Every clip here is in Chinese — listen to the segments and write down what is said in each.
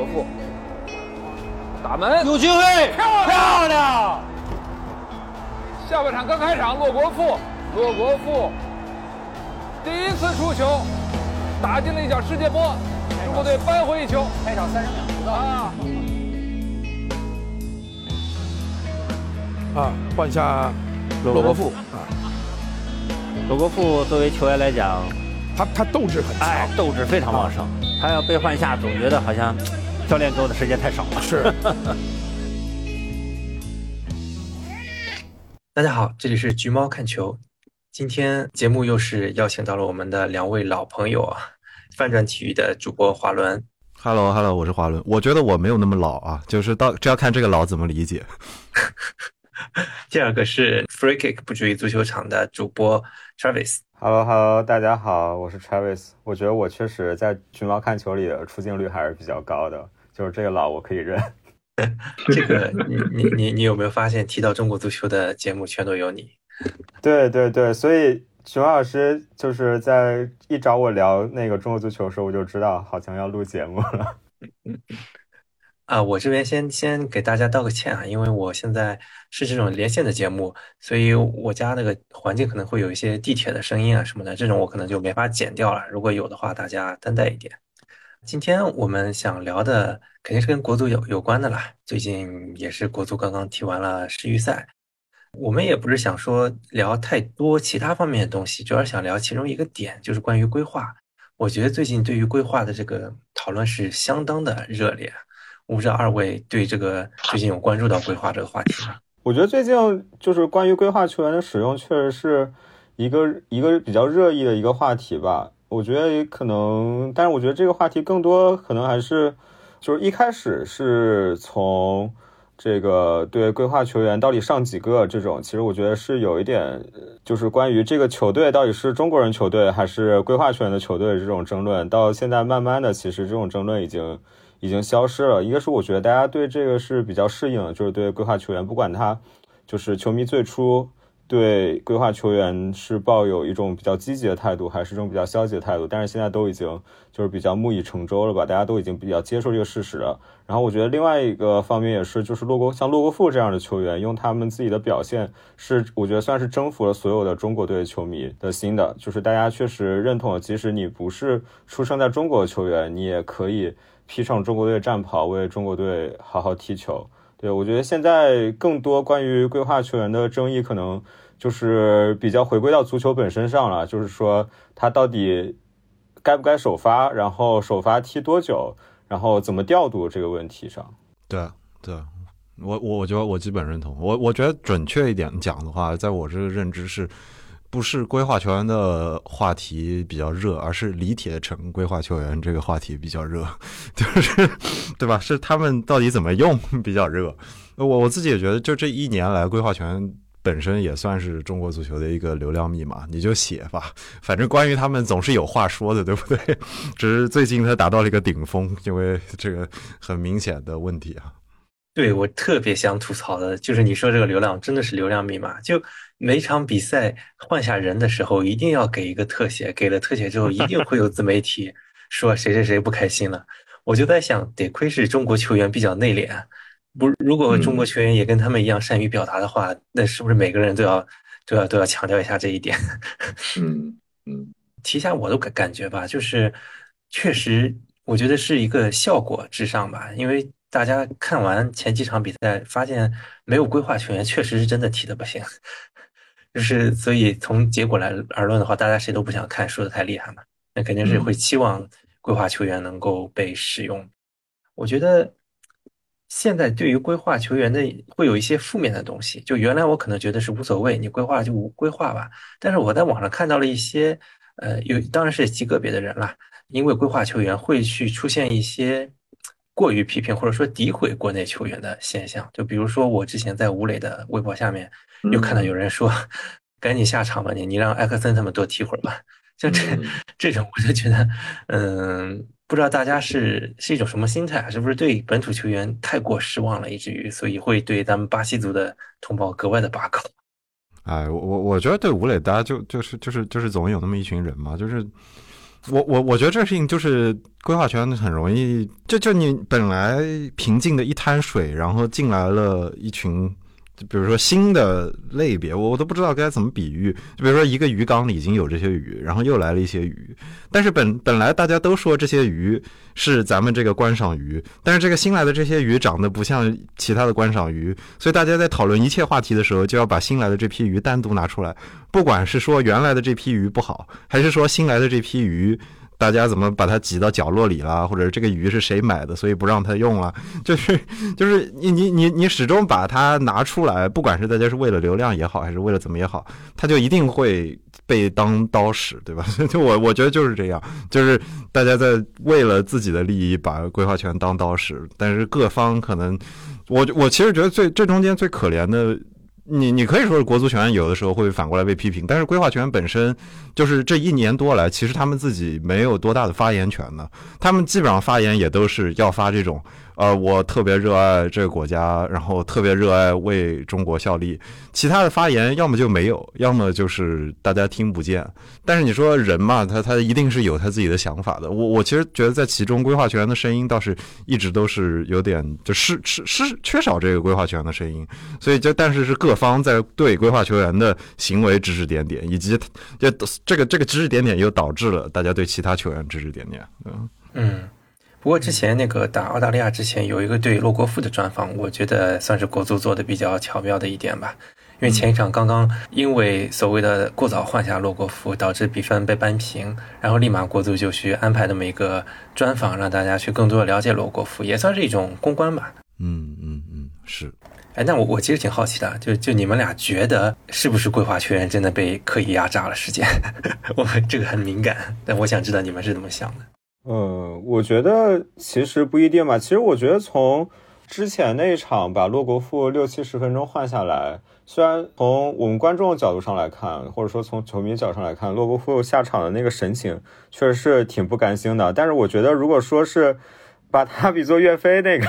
富，打门有机会，漂亮！ 下半场刚开场，骆国富第一次出球，打进了一脚世界波，中国队扳回一球。 开场30秒不到换下骆国富啊。 骆国富作为球员来讲， 他斗志很强， 斗志非常旺盛。他要被换下，总觉得好像教练给我的时间太少了。 是。 大家好，这里是橘猫看球。今天节目又是邀请到了我们的2位老朋友啊，翻转体育的主播华伦。 Hello， 我是华伦。我觉得我没有那么老啊，就是这要看这个老怎么理解。 第二个是 Free Kick 不注意足球场的主播 Travis。Hello， 大家好，我是 Travis。我觉得我确实在橘猫看球里的出镜率还是比较高的，就是这个老我可以认。 这个你有没有发现，提到中国足球的节目全都有你？ 对，所以熊老师就是在一找我聊那个中国足球的时候，我就知道好像要录节目了。 我这边先给大家道个歉啊，因为我现在是这种连线的节目，所以我家那个环境可能会有一些地铁的声音啊什么的，这种我可能就没法剪掉了。如果有的话，大家担待一点。今天我们想聊的肯定是跟国足有关的啦，最近也是国足刚刚踢完了世预赛，我们也不是想说聊太多其他方面的东西，主要是想聊其中一个点，就是关于规划。我觉得最近对于规划的这个讨论是相当的热烈，我不知道2位对这个最近有关注到规划这个话题吗？ 我觉得最近就是关于规划球员的使用，确实是一个比较热议的一个话题吧。我觉得可能，但是我觉得这个话题更多可能还是就是一开始是从这个对规划球员到底上几个这种，其实我觉得是有一点就是关于这个球队到底是中国人球队还是规划球员的球队这种争论，到现在慢慢的其实这种争论已经消失了。一个是我觉得大家对这个是比较适应的，就是对规划球员，不管他就是球迷最初对规划球员是抱有一种比较积极的态度还是一种比较消极的态度，但是现在都已经就是比较木已成舟了吧，大家都已经比较接受这个事实了。然后我觉得另外一个方面也是，就是像骆国富这样的球员，用他们自己的表现是我觉得算是征服了所有的中国队球迷的心的，就是大家确实认同了，即使你不是出生在中国的球员，你也可以披上中国队战袍，为中国队好好踢球。对，我觉得现在更多关于规划球员的争议可能就是比较回归到足球本身上了，就是说他到底该不该首发，然后首发踢多久，然后怎么调度这个问题上。 对，我觉得我基本认同。我觉得准确一点讲的话，在我这个认知是不是规划球员的话题比较热，而是李铁成规划球员这个话题比较热，就是对吧？是他们到底怎么用比较热。我自己也觉得，就这1年来，规划球员本身也算是中国足球的一个流量密码，你就写吧，反正关于他们总是有话说的，对不对？只是最近他达到了一个顶峰，因为这个很明显的问题啊。 对，我特别想吐槽的就是你说这个流量真的是流量密码，就每场比赛换下人的时候一定要给一个特写，给了特写之后一定会有自媒体说谁谁谁不开心了。我就在想，得亏是中国球员比较内敛，如果中国球员也跟他们一样善于表达的话，那是不是每个人都要强调一下这一点？提一下我的感觉吧，就是确实我觉得是一个效果至上吧，因为大家看完前几场比赛发现没有规划球员确实是真的踢得不行，就是所以从结果而论的话，大家谁都不想看输得太厉害嘛，那肯定是会期望规划球员能够被使用。我觉得现在对于规划球员的会有一些负面的东西，就原来我可能觉得是无所谓，你规划就规划吧，但是我在网上看到了一些当然是极个别的人啦，因为规划球员会去出现一些过于批评或者说诋毁国内球员的现象，就比如说我之前在吴磊的微博下面又看到有人说赶紧下场吧，你让埃克森他们多踢会儿吧，像这种我就觉得不知道大家是一种什么心态，是不是对本土球员太过失望了，以至于所以会对咱们巴西族的同胞格外的拔高。 我觉得对吴磊大家就是总有那么一群人嘛，就是我觉得这事情就是规划权很容易，就你本来平静的一滩水，然后进来了一群，比如说新的类别，我都不知道该怎么比喻。就比如说一个鱼缸里已经有这些鱼，然后又来了一些鱼，但是本来大家都说这些鱼是咱们这个观赏鱼，但是这个新来的这些鱼长得不像其他的观赏鱼，所以大家在讨论一切话题的时候，就要把新来的这批鱼单独拿出来，不管是说原来的这批鱼不好，还是说新来的这批鱼大家怎么把它挤到角落里了，或者这个鱼是谁买的，所以不让它用了，就是你始终把它拿出来，不管是大家是为了流量也好，还是为了怎么也好，它就一定会被当刀使，对吧？就我觉得就是这样，就是大家在为了自己的利益把规划权当刀使，但是各方可能，我其实觉得这中间最可怜的。你可以说是国足权有的时候会反过来被批评，但是规划权本身就是这1年多来，其实他们自己没有多大的发言权的，他们基本上发言也都是要发这种我特别热爱这个国家，然后特别热爱为中国效力，其他的发言要么就没有，要么就是大家听不见。但是你说人嘛，他一定是有他自己的想法的。我其实觉得在其中规划权的声音倒是一直都是有点就是缺少这个规划权的声音，所以但是各方在对规划球员的行为指指点点，以及这个指指点点又导致了大家对其他球员指指点点。 不过之前那个打澳大利亚之前有一个对洛国富的专访，我觉得算是国足做的比较巧妙的一点吧。因为前一场刚刚因为所谓的过早换下洛国富，导致比分被扳平，然后立马国足就去安排这么一个专访，让大家去更多的了解洛国富，也算是一种公关吧。 是。 那我其实挺好奇的，就你们俩觉得是不是规划球员真的被刻意压榨了时间？我这个很敏感，但我想知道你们是怎么想的。 我觉得其实不一定吧。其实我觉得从之前那一场把洛国富60-70分钟换下来，虽然从我们观众的角度上来看，或者说从球迷角度上来看，洛国富下场的那个神情确实是挺不甘心的。但是我觉得如果说是把他比作岳飞那个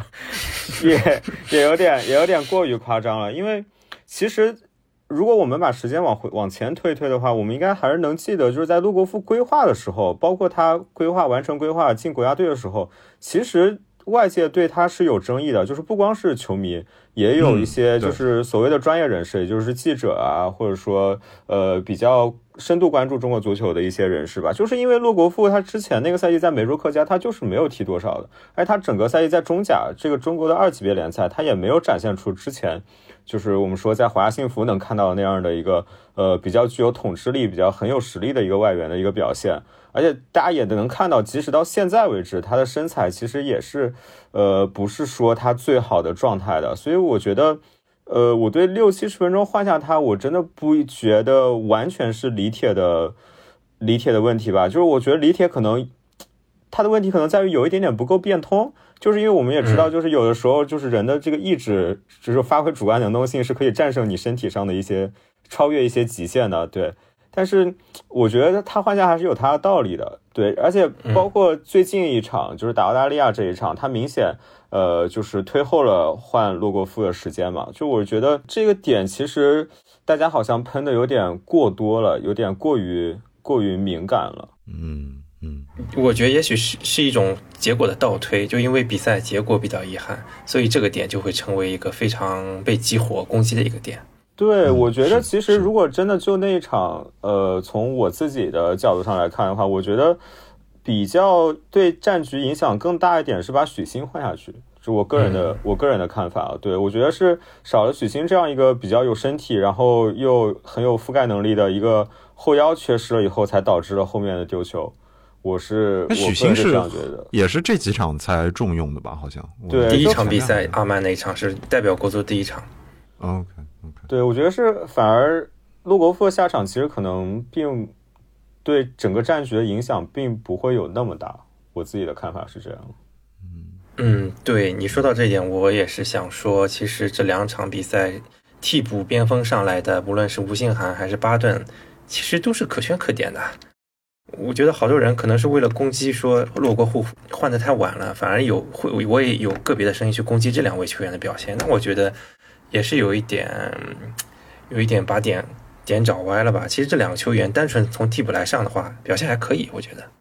也有点过于夸张了。因为其实如果我们把时间往前推的话，我们应该还是能记得，就是在洛国富规划的时候，包括他完成规划进国家队的时候，其实外界对他是有争议的，就是不光是球迷，也有一些就是所谓的专业人士，也就是记者啊，或者说比较深度关注中国足球的一些人士吧。就是因为洛国富他之前那个赛季在美洲客家他就是没有踢多少的，而他整个赛季在中甲这个中国的2级别联赛，他也没有展现出之前就是我们说在华夏幸福能看到那样的一个比较具有统治力、比较很有实力的一个外援的一个表现。而且大家也能看到，即使到现在为止，他的身材其实也是不是说他最好的状态的。所以我觉得我对60-70分钟换下他，我真的不觉得完全是李铁的问题吧。就是我觉得李铁可能他的问题可能在于有一点点不够变通，就是因为我们也知道，就是有的时候就是人的这个意志，就是发挥主观能动性是可以战胜你身体上的一些超越一些极限的，对。但是我觉得他换下还是有他的道理的，对。而且包括最近一场就是打澳大利亚这一场，他明显就是推后了换洛国富的时间嘛。就我觉得这个点其实大家好像喷的有点过多了，有点过于敏感了。 我觉得也许是一种结果的倒推，就因为比赛结果比较遗憾，所以这个点就会成为一个非常被激活攻击的一个点。 对，我觉得其实如果真的就那一场从我自己的角度上来看的话，我觉得比较对战局影响更大一点是把许昕换下去，是我个人的看法。对，我觉得是少了许昕这样一个比较有身体然后又很有覆盖能力的一个后腰缺失了以后，才导致了后面的丢球。 许昕是这样觉得， 也是这几场才重用的吧？好像对， 第一场比赛阿曼那一场是代表国足第一场。 OK， 对，我觉得是反而洛国富的下场其实可能并对整个战局的影响并不会有那么大，我自己的看法是这样。 对，你说到这一点，我也是想说，其实这2场比赛替补边锋上来的，无论是吴兴涵还是巴顿，其实都是可圈可点的。我觉得好多人可能是为了攻击说洛国富换得太晚了，反而我也有个别的声音去攻击这2位球员的表现。那我觉得也是有一点把点点找歪了吧。其实这两个球员单纯从替补来上的话，表现还可以，我觉得。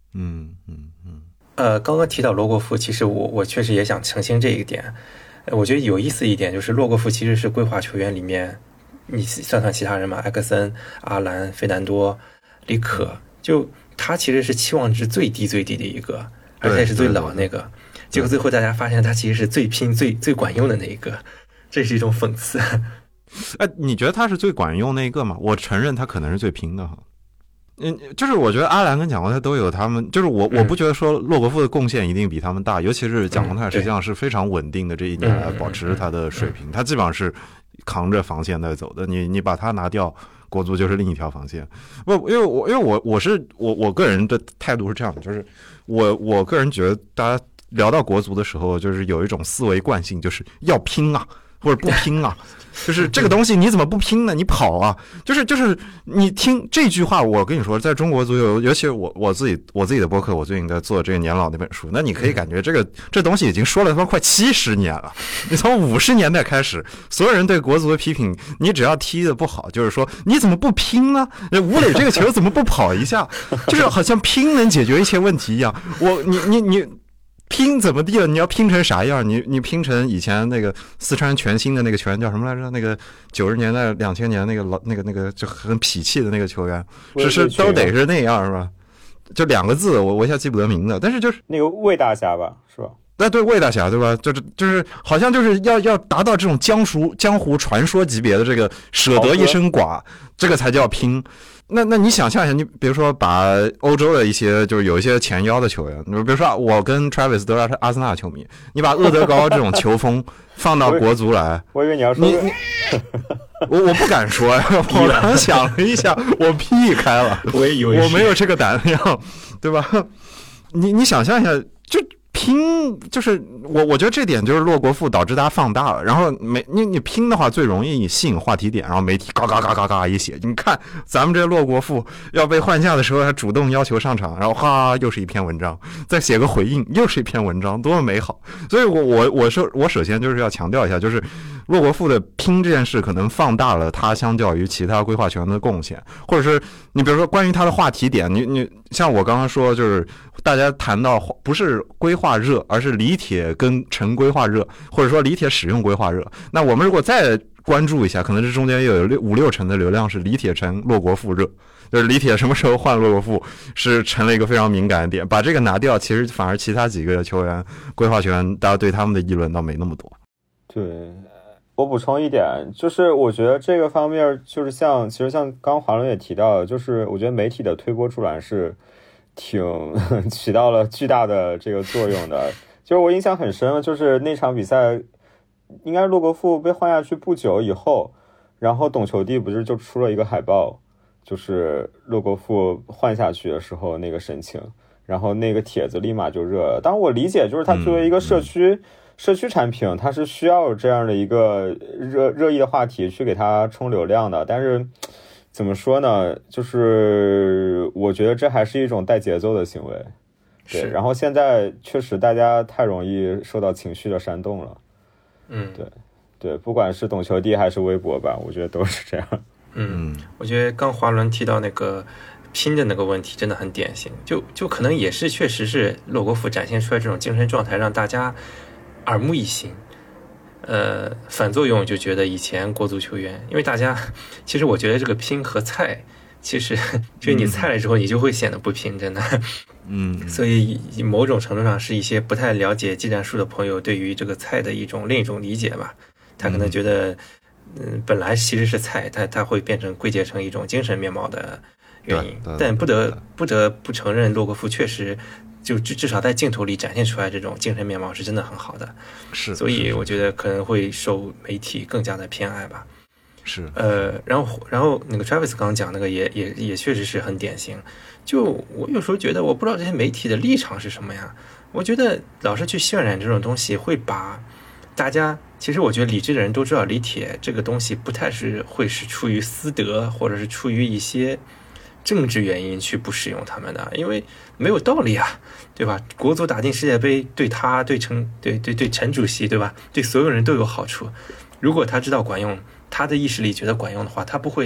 刚刚提到罗国富，其实我确实也想澄清这一点。我觉得有意思一点就是洛国富其实是规划球员里面，你算算其他人嘛，埃克森、阿兰、费南多、里可，就他其实是期望值最低的一个，而且是最老的那个。结果最后大家发现他其实是最拼、最管用的那一个，这是一种讽刺。 你觉得他是最管用那一个吗？我承认他可能是最拼的哈。就是我觉得阿兰跟蒋光太都有他们，就是我不觉得说洛国富的贡献一定比他们大，尤其是蒋光太实际上是非常稳定的，这一年来保持他的水平，他基本上是扛着防线在走的。你把他拿掉，国足就是另一条防线。因为我个人的态度是这样的，就是我个人觉得大家聊到国足的时候，就是有一种思维惯性，就是要拼啊。或者不拼啊，就是这个东西你怎么不拼呢？你跑啊，就是你听这句话，我跟你说，在中国足球，尤其我自己的播客，我最近在做这个年老那本书，那你可以感觉这东西已经说了他妈快70年了。你从50年代开始，所有人对国足的批评，你只要踢的不好，就是说你怎么不拼呢？吴磊这个球怎么不跑一下？就是好像拼能解决一切问题一样。你。拼怎么地了？你要拼成啥样？你拼成以前那个四川全兴的那个球员叫什么来着？那个90年代、2000年那个就很痞气的那个球员，是都得是那样是吧？就2个字，我一下记不得名字，但是就是那个魏大侠吧，是吧？ 对魏大侠对吧？就是好像就是要达到这种江湖传说级别的这个舍得一身剐，这个才叫拼。那你想象一下，你比如说把欧洲的一些就是有一些前腰的球员，你比如说我跟 Travis 都是阿森纳球迷，你把厄德高这种球风放到国足来， 我以为你要说我不敢说呀，我刚想了一下，我避开了， 我也以为我没有这个胆量，对吧？你想象一下，就拼，就是我觉得这点就是洛国富导致大家放大了，然后你拼的话最容易吸引话题点，然后媒体嘎一写，你看咱们这洛国富要被换下的时候还主动要求上场，然后又是一篇文章，再写个回应又是一篇文章，多么美好。所以我首先就是要强调一下，就是洛国富的拼这件事可能放大了他相较于其他规划球员的贡献，或者是你比如说关于他的话题点，你像我刚刚说，就是大家谈到不是规划热，而是李铁跟陈规划热，或者说李铁使用规划热。那我们如果再关注一下，可能这中间又有5-6成的流量是李铁陈洛国富热，就是李铁什么时候换洛国富是成了一个非常敏感的点。把这个拿掉，其实反而其他几个球员规划球员，大家对他们的议论倒没那么多。 对，我补充一点，就是我觉得这个方面就是其实像刚华伦也提到的，就是我觉得媒体的推波助澜是起到了巨大的这个作用的。就是我印象很深，就是那场比赛应该是洛国富被换下去不久以后，然后董球帝不是就出了一个海报，就是洛国富换下去的时候那个神情，然后那个帖子立马就热了。当然我理解，就是他作为一个社区产品，它是需要这样的一个热议的话题去给它冲流量的。但是怎么说呢，就是我觉得这还是一种带节奏的行为。对，然后现在确实大家太容易受到情绪的煽动了。对，不管是董球帝还是微博吧，我觉得都是这样。 我觉得刚华伦提到那个拼的那个问题真的很典型，就可能也是确实是洛国富展现出来这种精神状态让大家耳目一新。反作用就觉得以前国足球员，因为大家其实我觉得这个拼和菜，其实就是你菜了之后你就会显得不拼，真的。所以某种程度上是一些不太了解技战术的朋友对于这个菜的另一种理解吧。他可能觉得本来其实是菜，他会变成归结成一种精神面貌的原因。但不得不承认，洛国富确实就至少在镜头里展现出来这种精神面貌是真的很好的。所以我觉得可能会受媒体更加的偏爱吧。然后那个 Travis 刚刚讲那个也确实是很典型。就我有时候觉得，我不知道这些媒体的立场是什么呀？我觉得老是去渲染这种东西，会把大家，其实我觉得理智的人都知道，李铁这个东西不太会是出于私德，或者是出于一些政治原因去不使用他们的，因为没有道理啊，对吧？国足打进世界杯，对他、对陈主席，对吧？对所有人都有好处。如果他知道管用，他的意识里觉得管用的话，他不会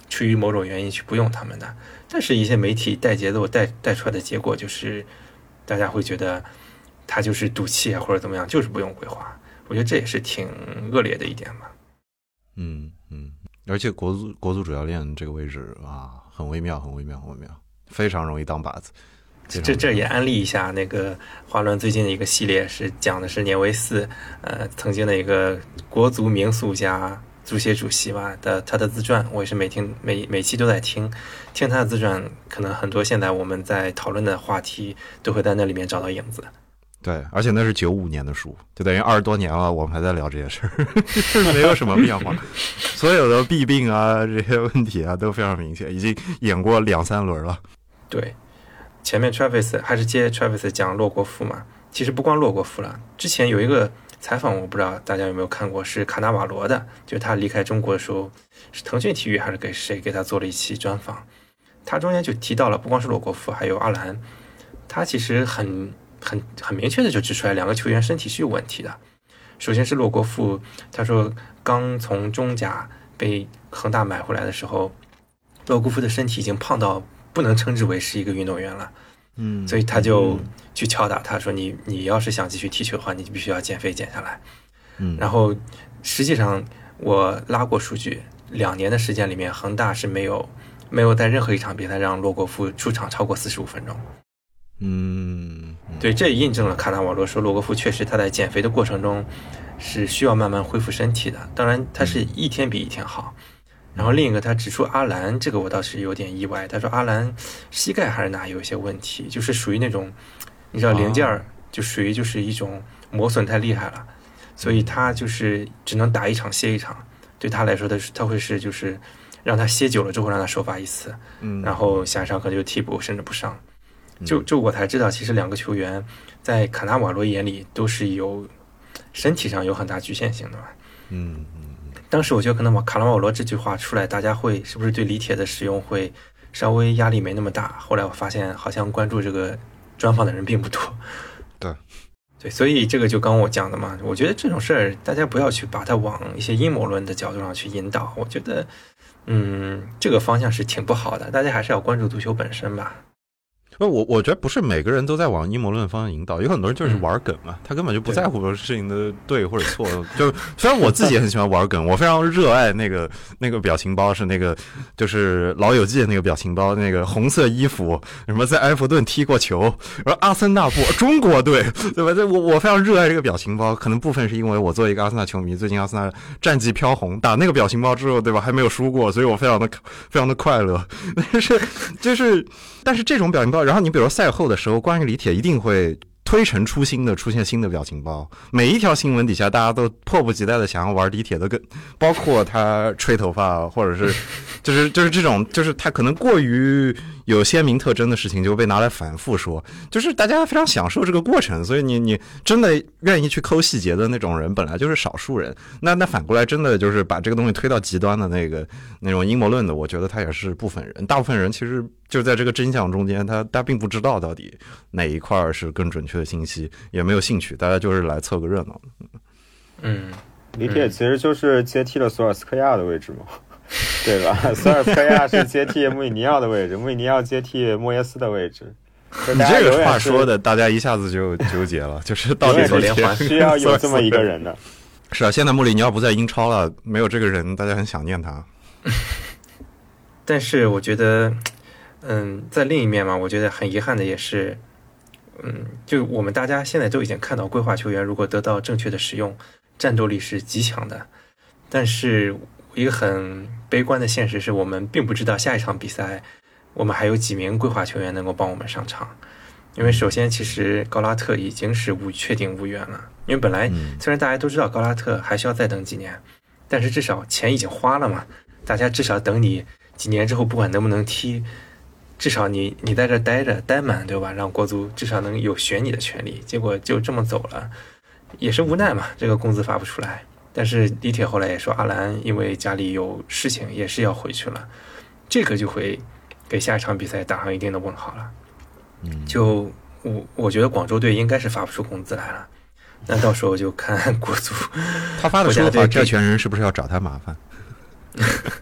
出于某种原因去不用他们的。但是一些媒体带节奏带出来的结果就是，大家会觉得他就是赌气啊或者怎么样，就是不用规划。我觉得这也是挺恶劣的一点吧。 而且国足主教练这个位置啊，很微妙，非常容易当靶子。 这也安利一下，那个华伦最近的一个系列是讲的是年维斯，曾经的一个国足名宿加足协主席吧他的自传，我也是每期都在听他的自传，可能很多现在我们在讨论的话题都会在那里面找到影子。 对，而且那是95年的书，就等于20多年了，我们还在聊这些事儿，没有什么变化，所有的弊病啊，这些问题啊都非常明显，已经演过2-3轮了。 对，前面 Travis 还是接 Travis 讲洛国富嘛，其实不光洛国富了，之前有一个采访，我不知道大家有没有看过，是卡纳瓦罗的，就是他离开中国的时候，是腾讯体育还是给谁给他做了一期专访，他中间就提到了，不光是洛国富，还有阿兰，他其实很明确的就指出来两个球员身体是有问题的。首先是洛国富，他说刚从中甲被恒大买回来的时候，洛国富的身体已经胖到不能称之为是一个运动员了。所以他就去敲打他说你要是想继续踢球的话，你必须要减肥减下来。然后实际上我拉过数据，2年的时间里面，恒大是没有在任何一场比赛让洛国富出场超过45分钟。对，这也印证了卡纳瓦罗说洛国富确实他在减肥的过程中是需要慢慢恢复身体的，当然他是一天比一天好。然后另一个他指出阿兰，这个我倒是有点意外，他说阿兰膝盖还是哪有一些问题，就是属于那种你知道零件就属于就是一种磨损太厉害了，所以他就是只能打一场歇一场，对他来说他会是就是让他歇久了之后让他首发一次，然后下一场可能就替补甚至不上。就我才知道，其实两个球员在卡纳瓦罗眼里都是有身体上有很大局限性的吧。当时我觉得可能卡纳瓦罗这句话出来，大家会是不是对李铁的使用会稍微压力没那么大？后来我发现好像关注这个专访的人并不多。对，所以这个就刚我讲的嘛，我觉得这种事儿大家不要去把它往一些阴谋论的角度上去引导，我觉得这个方向是挺不好的，大家还是要关注足球本身吧。 我觉得不是每个人都在往阴谋论方向引导，有很多人就是玩梗嘛，他根本就不在乎事情的对或者错。就虽然我自己也很喜欢玩梗，我非常热爱那个表情包，是那个就是老友记的那个表情包，那个红色衣服，什么在埃弗顿踢过球，然后阿森纳中国队，对吧？我非常热爱这个表情包，可能部分是因为我作为一个阿森纳球迷，最近阿森纳战绩飘红，打那个表情包之后，对吧？还没有输过，所以我非常的快乐。但是这种表情包，然后你比如说赛后的时候，关于李铁一定会推陈出新的出现新的表情包，每一条新闻底下大家都迫不及待的想要玩李铁的梗，包括他吹头发，或者是就是这种就是他可能过于有鲜明特征的事情就被拿来反复说，就是大家非常享受这个过程，所以你真的愿意去抠细节的那种人本来就是少数人，那反过来真的就是把这个东西推到极端的那种阴谋论的，我觉得他也是部分人，大部分人其实就在这个真相中间，他并不知道到底哪一块是更准确的信息，也没有兴趣，大家就是来凑个热闹。 李铁其实就是接替了索尔斯克亚的位置嘛，对吧？索尔斯克亚是接替穆里尼奥的位置，穆里尼奥接替莫耶斯的位置。 你这个话说的，大家一下子就纠结了，就是到底走连环需要有这么一个人的。 是啊，现在穆里尼奥不在英超了，没有这个人，大家很想念他。 但是我觉得，在另一面嘛，我觉得很遗憾的也是，就我们大家现在都已经看到，规划球员如果得到正确的使用，战斗力是极强的。但是一个很悲观的现实是我们并不知道下一场比赛我们还有几名规划球员能够帮我们上场。因为首先其实高拉特已经是确定无缘了，因为本来虽然大家都知道高拉特还需要再等几年，但是至少钱已经花了嘛，大家至少等你几年之后不管能不能踢，至少你在这待满，对吧？让国足至少能有选你的权利。结果就这么走了，也是无奈嘛，这个工资发不出来。但是李铁后来也说，阿兰因为家里有事情也是要回去了，这个就会给下一场比赛打上一定的问号了。就我觉得广州队应该是发不出工资来了，那到时候就看国足。 他发的说法，债权人是不是要找他麻烦？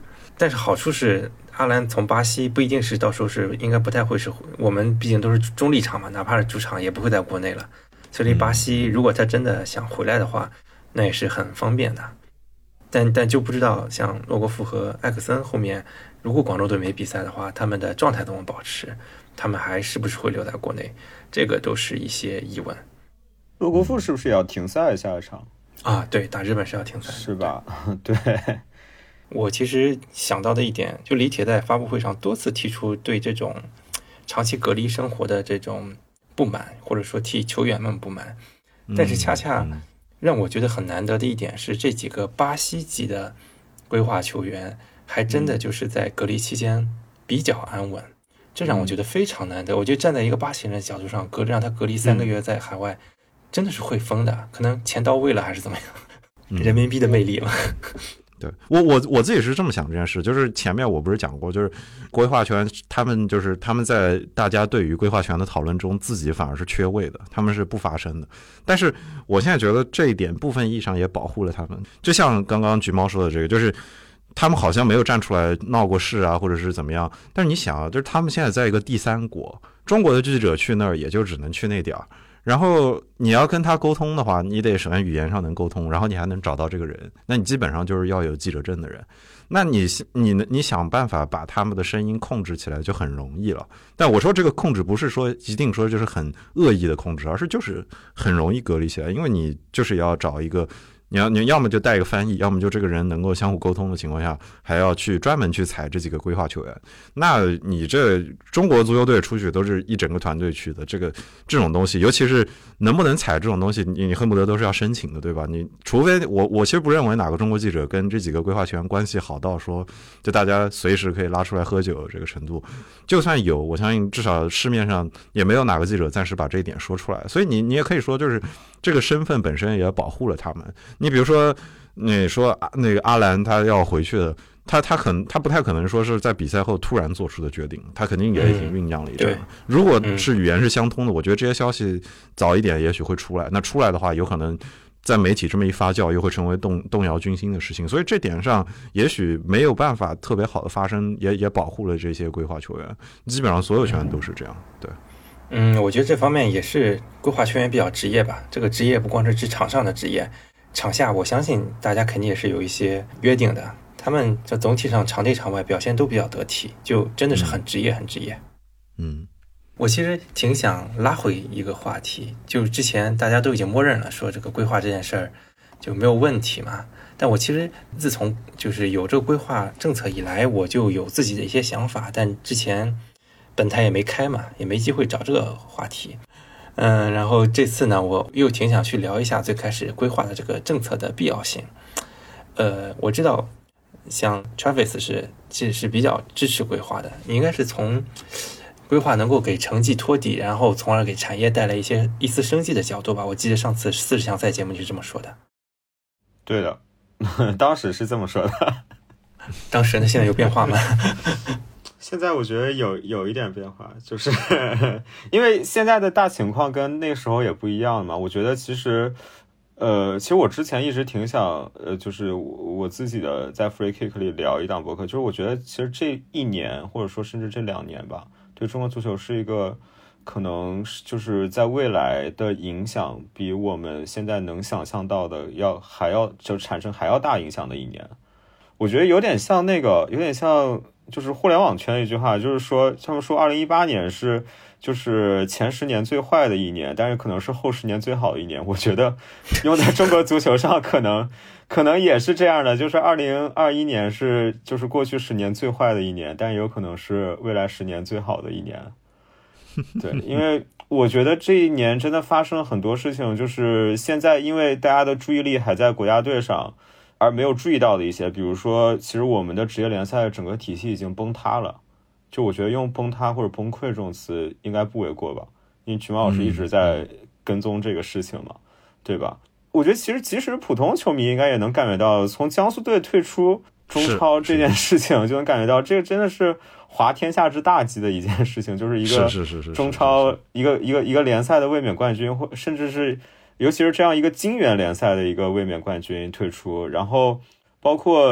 但是好处是阿兰从巴西不一定是到时候是应该不太会是，我们毕竟都是中立场嘛，哪怕是主场也不会在国内了。所以巴西如果他真的想回来的话，那也是很方便的。但就不知道像洛国富和艾克森后面，如果广州队没比赛的话，他们的状态怎么保持，他们还是不是会留在国内，这个都是一些疑问。 洛国富是不是也要停赛下一场啊？对，打日本是要停赛， 是吧？对。 我其实想到的一点，就李铁在发布会上多次提出对这种长期隔离生活的这种不满，或者说替球员们不满，但是恰恰让我觉得很难得的一点是，这几个巴西籍的规划球员还真的就是在隔离期间比较安稳，这让我觉得非常难得。我觉得站在一个巴西人的角度上，让他隔离3个月在海外，真的是会疯的，可能钱到位了还是怎么样，人民币的魅力嘛。 对，我自己是这么想这件事，就是前面我不是讲过，就是规划权他们在大家对于规划权的讨论中，自己反而是缺位的，他们是不发声的。但是我现在觉得这一点部分意义上也保护了他们，就像刚刚橘猫说的这个，就是他们好像没有站出来闹过事啊，或者是怎么样。但是你想啊，就是他们现在在一个第三国，中国的记者去那儿也就只能去那点儿。然后你要跟他沟通的话，你得首先语言上能沟通，然后你还能找到这个人，那你基本上就是要有记者证的人。那你想办法把他们的声音控制起来就很容易了。但我说这个控制不是说一定说就是很恶意的控制，而是就是很容易隔离起来，因为你就是要找一个。你要么就带一个翻译，要么就这个人能够相互沟通的情况下，还要去专门去采这几个规划球员。那你这中国足球队出去都是一整个团队去的，这种东西，尤其是能不能采这种东西，你恨不得都是要申请的，对吧？你除非我其实不认为哪个中国记者跟这几个规划球员关系好到说就大家随时可以拉出来喝酒这个程度。就算有，我相信至少市面上也没有哪个记者暂时把这一点说出来。所以你也可以说，就是这个身份本身也保护了他们。你比如说，你说那个阿兰他要回去的，他不太可能说是在比赛后突然做出的决定，他肯定也已经酝酿了一阵。如果是语言是相通的，我觉得这些消息早一点也许会出来。那出来的话，有可能在媒体这么一发酵，又会成为动摇军心的事情。所以这点上，也许没有办法特别好的发生，也保护了这些规划球员。基本上所有球员都是这样，对。 我觉得这方面也是规划球员比较职业吧。这个职业不光是指场上的职业。场下我相信大家肯定也是有一些约定的，他们在总体上场内场外表现都比较得体，就真的是很职业很职业。我其实挺想拉回一个话题，就是之前大家都已经默认了说这个规划这件事儿就没有问题嘛，但我其实自从就是有这个规划政策以来，我就有自己的一些想法，但之前本台也没开嘛，也没机会找这个话题。然后这次呢，我又挺想去聊一下最开始规划的这个政策的必要性。我知道像 Travis 是比较支持规划的，你应该是从规划能够给成绩托底，然后从而给产业带来一丝生机的角度吧。我记得上次40强赛节目就是这么说的。 对的，当时是这么说的。 当时呢，现在有变化吗？ 现在我觉得有一点变化，就是因为现在的大情况跟那时候也不一样了嘛。我觉得其实我之前一直挺想就是我自己的在 Free Kick 里聊一档博客，就是我觉得其实这一年或者说甚至这2年吧，对中国足球是一个可能就是在未来的影响比我们现在能想象到的还要就产生还要大影响的一年。我觉得有点像就是互联网圈一句话，就是说他们说2018年是就是前10年最坏的一年，但是可能是后10年最好的一年。我觉得用在中国足球上可能也是这样的，就是2021年是就是过去10年最坏的一年，但也有可能是未来10年最好的一年。对，因为我觉得这一年真的发生了很多事情，就是现在因为大家的注意力还在国家队上，而没有注意到的一些，比如说其实我们的职业联赛整个体系已经崩塌了，就我觉得用崩塌或者崩溃这种词应该不为过吧，因为曲毛老师一直在跟踪这个事情嘛，对吧？我觉得其实即使普通球迷应该也能感觉到，从江苏队退出中超这件事情就能感觉到，这个真的是滑天下之大稽的一件事情，就是一个中超一个联赛的卫冕冠军，或甚至是尤其是这样一个金元联赛的一个卫冕冠军退出，然后包括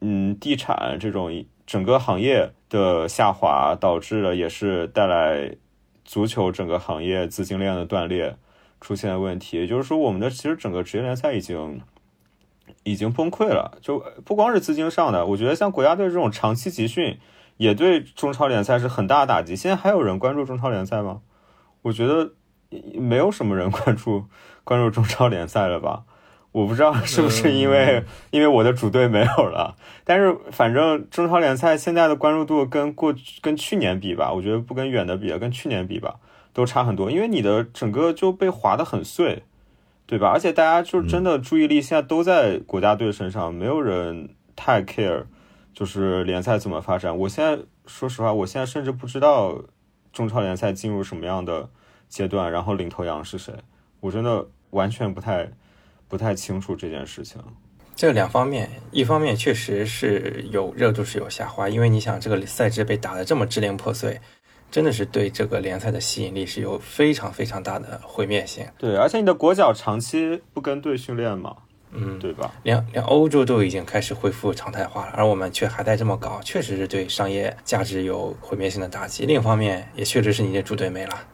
地产这种整个行业的下滑，导致了也是带来足球整个行业资金链的断裂出现的问题。也就是说，我们的其实整个职业联赛已经崩溃了，就不光是资金上的，我觉得像国家队这种长期集训也对中超联赛是很大的打击。现在还有人关注中超联赛吗？我觉得没有什么人关注中超联赛了吧。我不知道是不是因为我的主队没有了，但是反正中超联赛现在的关注度跟去年比吧，我觉得不跟远的比了，跟去年比吧都差很多，因为你的整个就被划得很碎，对吧？而且大家就真的注意力现在都在国家队身上，没有人太 care 就是联赛怎么发展。我现在说实话，我现在甚至不知道中超联赛进入什么样的阶段，然后领头羊是谁，我真的完全不太清楚这件事情。 这两方面，一方面确实是有热度是有下滑，因为你想这个赛制被打得这么支离破碎，真的是对这个联赛的吸引力是有非常非常大的毁灭性。 对，而且你的国脚长期不跟队训练嘛，对吧？ 连欧洲都已经开始恢复常态化了，而我们却还在这么搞，确实是对商业价值有毁灭性的打击。另一方面，也确实是你的主队没了，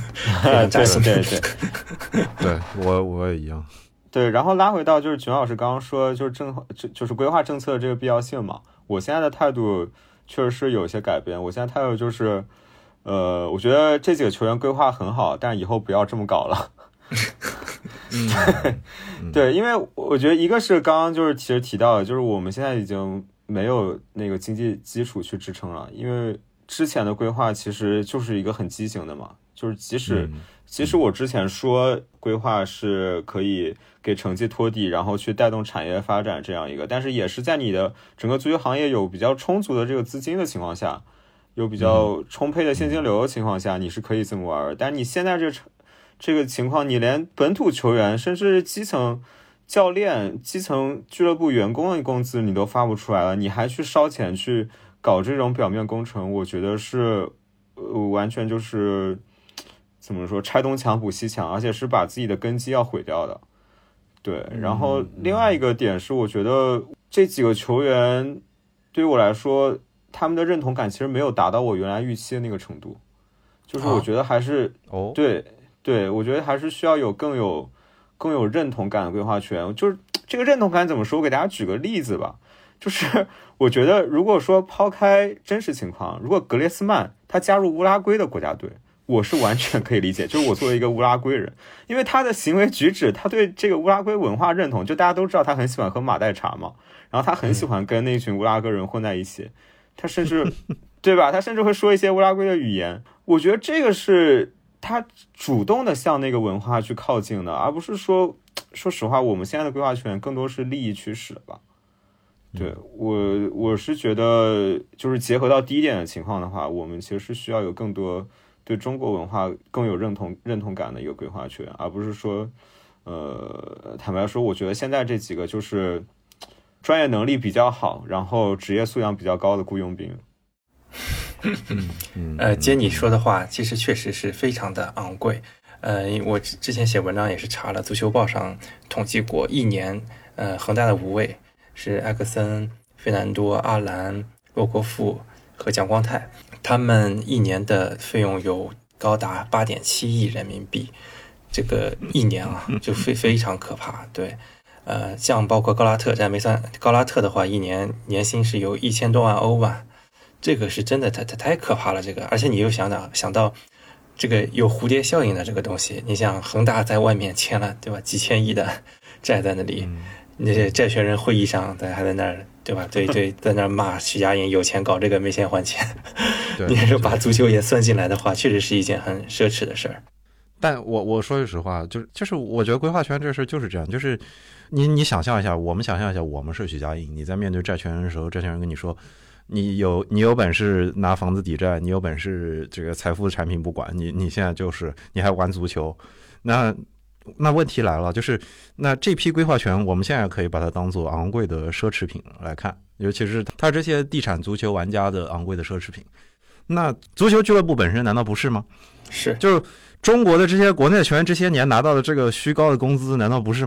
对， 我也一样。 对，然后拉回到就是熊老师刚刚说，就是规划政策的这个必要性嘛。我现在的态度确实是有一些改变。我现在态度就是，我觉得这几个球员规划很好，但以后不要这么搞了。对，因为我觉得一个是刚刚就是其实提到的，就是我们现在已经没有那个经济基础去支撑了，因为之前的规划其实就是一个很畸形的嘛，就是即使我之前说规划是可以给成绩托底，然后去带动产业发展这样一个，但是也是在你的整个足球行业有比较充足的这个资金的情况下，有比较充沛的现金流的情况下，你是可以这么玩的。但是你现在这个情况，你连本土球员甚至基层教练、基层俱乐部员工的工资你都发不出来了，你还去烧钱去搞这种表面工程，我觉得是完全就是怎么说，拆东墙补西墙，而且是把自己的根基要毁掉的。对，然后另外一个点是，我觉得这几个球员对于我来说，他们的认同感其实没有达到我原来预期的那个程度，就是我觉得还是对，我觉得还是需要有更有认同感的规划权。就是这个认同感怎么说？我给大家举个例子吧，就是我觉得如果说抛开真实情况，如果格列斯曼他加入乌拉圭的国家队，我是完全可以理解，就是我作为一个乌拉圭人，因为他的行为举止，他对这个乌拉圭文化认同，就大家都知道他很喜欢喝马黛茶嘛，然后他很喜欢跟那群乌拉圭人混在一起，他甚至对吧，他甚至会说一些乌拉圭的语言。我觉得这个是他主动的向那个文化去靠近的，而不是说实话，我们现在的规划权更多是利益驱使的吧。对，我是觉得就是结合到第一点的情况的话，我们其实是需要有更多对中国文化更有认同感的一个规划权，而不是说坦白说，我觉得现在这几个就是专业能力比较好，然后职业素养比较高的雇佣兵。 接你说的话，其实确实是非常的昂贵。我之前写文章也是查了，足球报上统计过，一年恒大的5位是埃克森、费南多、阿兰、洛国富和蒋光太，他们一年的费用有高达8.7亿人民币，这个一年啊就非常可怕。对，像包括高拉特，这没算高拉特的话，一年年薪是有1000多万欧吧。这个是真的太可怕了，这个，而且你又想到这个有蝴蝶效应的这个东西，你想恒大在外面签了，对吧？几千亿的债在那里，那些债权人会议上还在那儿，对吧？对，在那儿骂许家印有钱搞这个没钱还钱。你要是把足球也算进来的话，确实是一件很奢侈的事儿。 但我说句实话，就是我觉得规划权这事就是这样，就是你想象一下，我们想象一下，我们是许家印，你在面对债权人的时候，债权人跟你说，你有本事拿房子抵债，你有本事这个财富产品不管你现在就是你还玩足球，那问题来了，就是那这批规划权我们现在可以把它当做昂贵的奢侈品来看，尤其是它这些地产足球玩家的昂贵的奢侈品。那足球俱乐部本身难道不是吗？ 是， 就是中国的这些国内的球员这些年拿到的这个虚高的工资难道不是吗？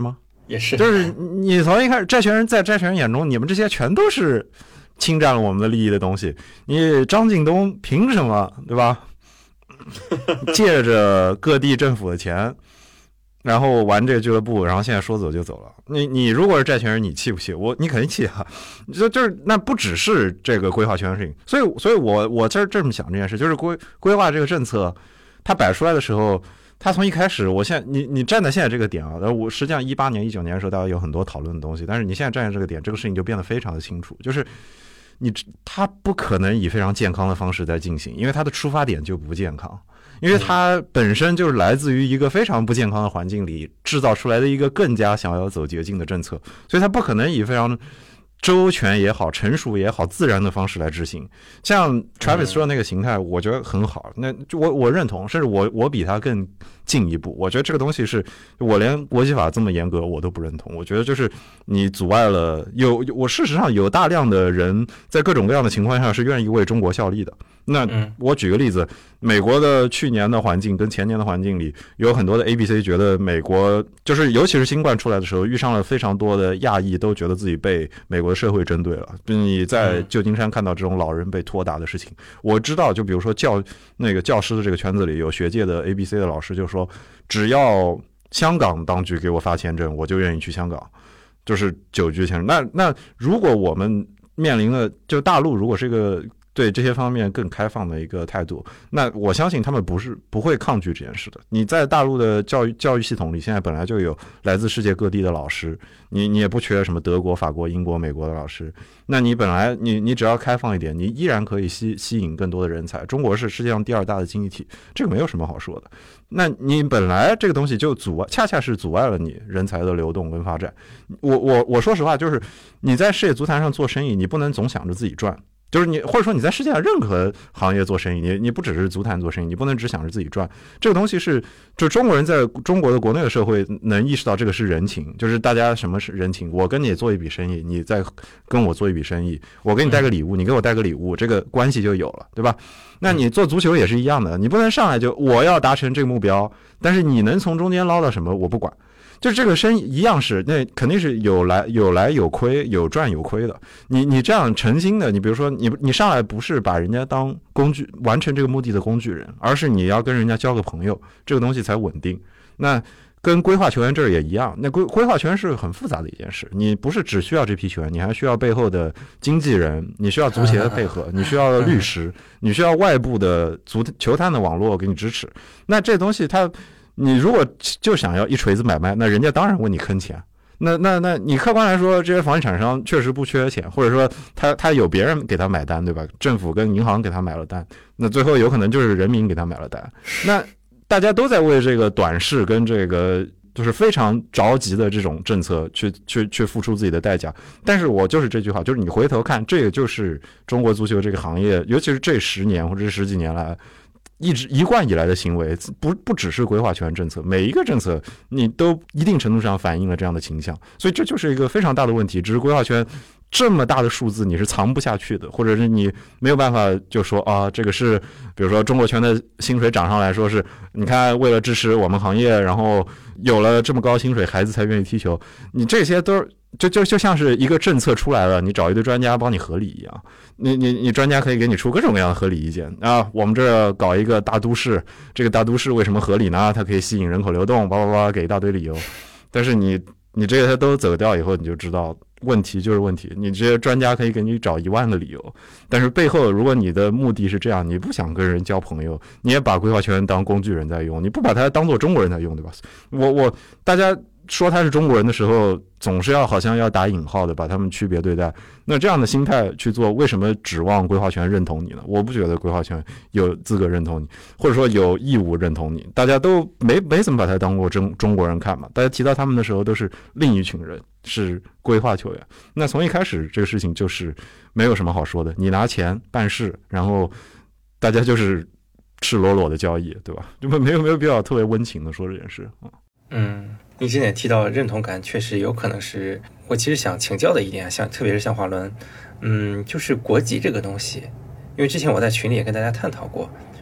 也是， 就是你从一开始，债权人在债权人眼中，你们这些全都是侵占了我们的利益的东西。你张近东凭什么，对吧？借着各地政府的钱，然后玩这个俱乐部，然后现在说走就走了。你如果是债权人，你气不气？你肯定气啊！就是那不只是这个规划权的事情，所以我这么想这件事，就是规划这个政策，它摆出来的时候，它从一开始，我现在你站在现在这个点啊，我实际上18年、19年的时候，大家有很多讨论的东西，但是你现在站在这个点，这个事情就变得非常的清楚，就是它不可能以非常健康的方式在进行，因为它的出发点就不健康。因为它本身就是来自于一个非常不健康的环境里制造出来的一个更加想要走捷径的政策，所以它不可能以非常周全也好、成熟也好、自然的方式来执行。像 Travis 说的那个形态，我觉得很好，那我认同，甚至我比他更进一步。我觉得这个东西是我连国际法这么严格我都不认同。我觉得就是你阻碍了我事实上有大量的人在各种各样的情况下是愿意为中国效力的。那我举个例子，美国的去年的环境跟前年的环境里，有很多的 ABC 觉得美国就是尤其是新冠出来的时候，遇上了非常多的亚裔都觉得自己被美国的社会针对了。你在旧金山看到这种老人被拖打的事情，我知道，就比如说那个教师的这个圈子里，有学界的 ABC 的老师就说，只要香港当局给我发签证，我就愿意去香港，就是久居签证。那如果我们面临的就大陆如果是一个对这些方面更开放的一个态度，那我相信他们不会抗拒这件事的。你在大陆的教育系统里，现在本来就有来自世界各地的老师，你也不缺什么德国、法国、英国、美国的老师。那你本来你只要开放一点，你依然可以吸引更多的人才。中国是世界上第2大的经济体，这个没有什么好说的。那你本来这个东西就恰恰是阻碍了你人才的流动跟发展。我说实话，就是你在世界足坛上做生意，你不能总想着自己赚。就是你，或者说你在世界上任何行业做生意，你不只是足坛做生意，你不能只想着自己赚。这个东西是，就中国人在中国的国内的社会能意识到这个是人情，就是大家什么是人情？我跟你做一笔生意，你再跟我做一笔生意，我给你带个礼物，你给我带个礼物，这个关系就有了，对吧？那你做足球也是一样的，你不能上来就我要达成这个目标，但是你能从中间捞到什么我不管。就这个生意一样是，那肯定是有来有亏，有赚有亏的。你这样诚心的，你比如说你上来不是把人家当工具完成这个目的的工具人，而是你要跟人家交个朋友，这个东西才稳定。那跟规划球员这儿也一样，那规划球员是很复杂的一件事，你不是只需要这批球员，你还需要背后的经纪人，你需要足协的配合，你需要律师，你需要外部的球探的网络给你支持。那这东西你如果就想要一锤子买卖，那人家当然问你坑钱。那你客观来说，这些房地产商确实不缺钱，或者说他有别人给他买单，对吧？政府跟银行给他买了单，那最后有可能就是人民给他买了单。那大家都在为这个短视跟这个就是非常着急的这种政策去付出自己的代价。但是我就是这句话，就是你回头看，这个就是中国足球这个行业，尤其是这10年或者是10几年来一贯以来的行为，不只是规划球员政策，每一个政策你都一定程度上反映了这样的倾向，所以这就是一个非常大的问题。只是规划球员这么大的数字你是藏不下去的，或者是你没有办法就说啊，这个是比如说中国球员的薪水涨上来说是，你看为了支持我们行业，然后有了这么高薪水，孩子才愿意踢球，你这些都是就像是一个政策出来了，你找一堆专家帮你合理一样，你专家可以给你出各种各样的合理意见啊。我们这搞一个大都市，这个大都市为什么合理呢？它可以吸引人口流动，叭叭叭，给一大堆理由。但是你这些都走掉以后，你就知道问题就是问题。你这些专家可以给你找10000个理由，但是背后如果你的目的是这样，你不想跟人交朋友，你也把规划球员当工具人在用，你不把他当做中国人在用，对吧？大家说他是中国人的时候，总是好像要打引号的把他们区别对待。那这样的心态去做，为什么指望规划权认同你呢？我不觉得规划权有资格认同你，或者说有义务认同你。大家都没怎么把他当过中国人看嘛。大家提到他们的时候，都是另一群人，是规划球员。那从一开始这个事情就是没有什么好说的，你拿钱办事，然后大家就是赤裸裸的交易，对吧？就没有必要特别温情的说这件事啊。 你之前提到认同感，确实有可能是我其实想请教的一点，特别是像华伦，就是国籍这个东西，因为之前我在群里也跟大家探讨过，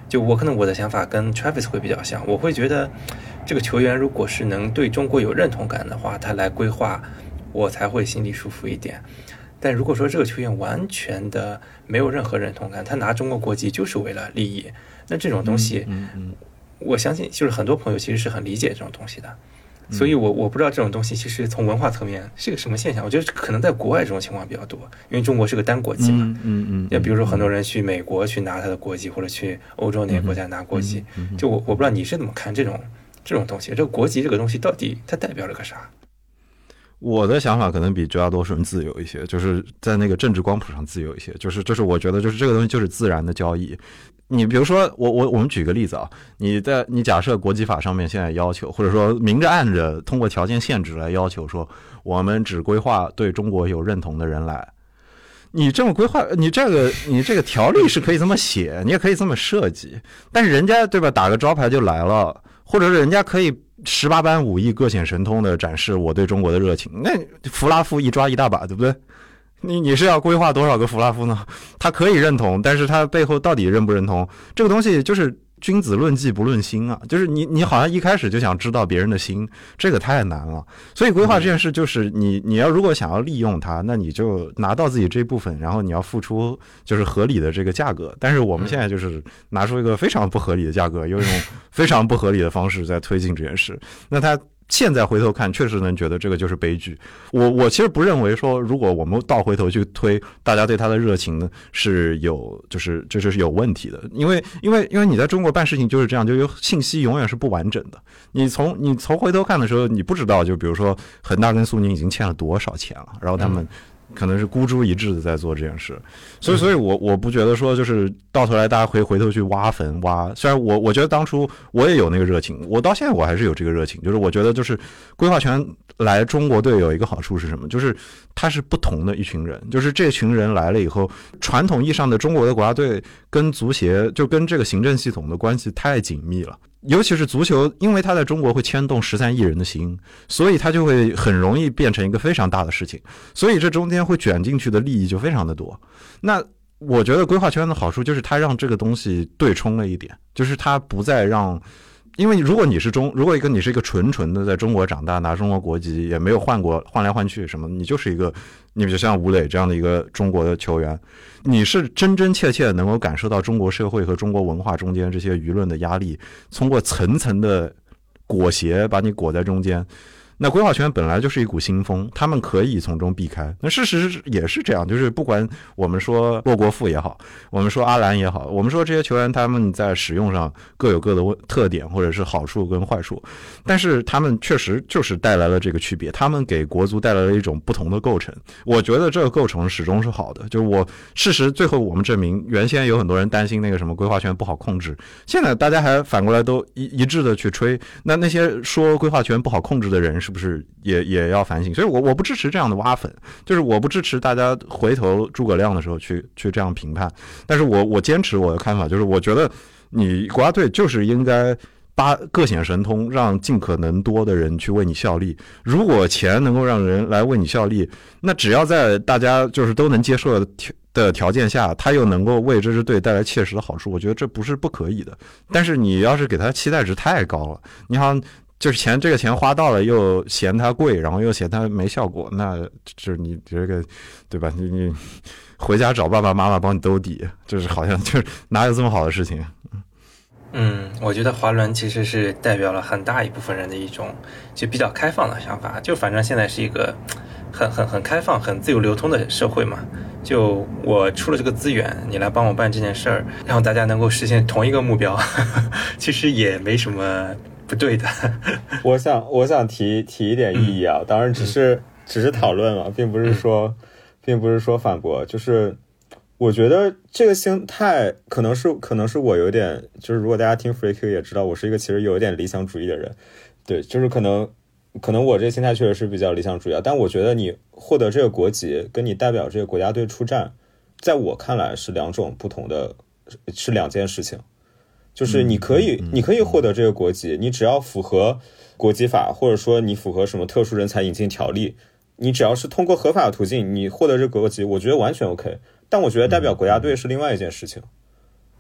就我可能我的想法跟 Travis 会比较像，我会觉得这个球员如果是能对中国有认同感的话，他来规划我才会心里舒服一点。但如果说这个球员完全的没有任何认同感，他拿中国国籍就是为了利益，那这种东西我相信就是很多朋友其实是很理解这种东西的。所以我不知道这种东西其实从文化层面是个什么现象，我觉得可能在国外这种情况比较多，因为中国是个单国籍嘛。也比如说很多人去美国去拿他的国籍，或者去欧洲哪个国家拿国籍。就我不知道你是怎么看这种东西，这个国籍这个东西到底它代表了个啥？ 我的想法可能比绝大多数人自由一些，就是在那个政治光谱上自由一些，就是我觉得就是这个东西就是自然的交易。你比如说我们举个例子啊，你假设国籍法上面现在要求，或者说明着暗着通过条件限制来要求说，我们只规划对中国有认同的人来。你这么规划，你这个条例是可以这么写，你也可以这么设计，但是人家对吧，打个招牌就来了，或者是人家可以18般武艺各显神通的展示我对中国的热情，那弗拉夫一抓一大把，对不对？你是要规划多少个弗拉夫呢？他可以认同，但是他背后到底认不认同这个东西，就是君子论迹不论心啊，就是你好像一开始就想知道别人的心，这个太难了。所以规划这件事就是你要如果想要利用它，那你就拿到自己这部分，然后你要付出就是合理的这个价格。但是我们现在就是拿出一个非常不合理的价格，又用非常不合理的方式在推进这件事，那它现在回头看，确实能觉得这个就是悲剧。我其实不认为说，如果我们倒回头去推，大家对他的热情呢是有，就是有问题的。因为你在中国办事情就是这样，就有信息永远是不完整的。你从回头看的时候，你不知道，就比如说恒大跟苏宁已经欠了多少钱了，然后他们可能是孤注一掷的在做这件事，所以我不觉得说就是到头来大家可以回头去挖坟挖。虽然我觉得当初我也有那个热情，我到现在我还是有这个热情，就是我觉得就是规划权来中国队有一个好处是什么，就是他是不同的一群人，就是这群人来了以后，传统意义上的中国的国家队跟足协就跟这个行政系统的关系太紧密了。尤其是足球，因为它在中国会牵动13亿人的心，所以它就会很容易变成一个非常大的事情，所以这中间会卷进去的利益就非常的多。那我觉得规划圈的好处就是它让这个东西对冲了一点，就是它不再让，因为如果你是一个纯的在中国长大，拿中国国籍，也没有换来换去什么，你就是一个，你比如像吴磊这样的一个中国的球员，你是真真切切能够感受到中国社会和中国文化中间这些舆论的压力，通过层层的裹挟把你裹在中间。那规划权本来就是一股新风，他们可以从中避开。那事实也是这样，就是不管我们说洛国富也好，我们说阿兰也好，我们说这些球员他们在使用上各有各的特点或者是好处跟坏处，但是他们确实就是带来了这个区别，他们给国足带来了一种不同的构成。我觉得这个构成始终是好的，就是事实最后我们证明，原先有很多人担心那个什么规划权不好控制，现在大家还反过来都一致的去吹，那些说规划权不好控制的人是不是也要反省？所以我不支持这样的挖粉，就是我不支持大家回头诸葛亮的时候去这样评判。但是我坚持我的看法，就是我觉得你国家队就是应该各显神通，让尽可能多的人去为你效力。如果钱能够让人来为你效力，那只要在大家就是都能接受的条件下，他又能够为这支队带来切实的好处，我觉得这不是不可以的。但是你要是给他期待值太高了，你好像就是这个钱花到了，又嫌它贵，然后又嫌它没效果，那就是你这个，对吧？你回家找爸爸妈妈帮你兜底，就是好像就是哪有这么好的事情？ 我觉得滑轮其实是代表了很大一部分人的一种就比较开放的想法，就反正现在是一个很开放、很自由流通的社会嘛。就我出了这个资源，你来帮我办这件事儿，让大家能够实现同一个目标，其实也没什么不对的。 我想提一点异议啊，当然只是讨论了，并不是说反驳。就是我觉得这个心态可能是我有点，就是如果大家听 Free Kick 也知道，我是一个其实有一点理想主义的人。对，就是可能我这个心态确实是比较理想主义啊。但我觉得你获得这个国籍跟你代表这个国家队出战，在我看来是两种不同的，是两件事情。就是你可以获得这个国籍，你只要符合国籍法，或者说你符合什么特殊人才引进条例，你只要是通过合法的途径，你获得这个国籍，我觉得完全 OK。但我觉得代表国家队是另外一件事情。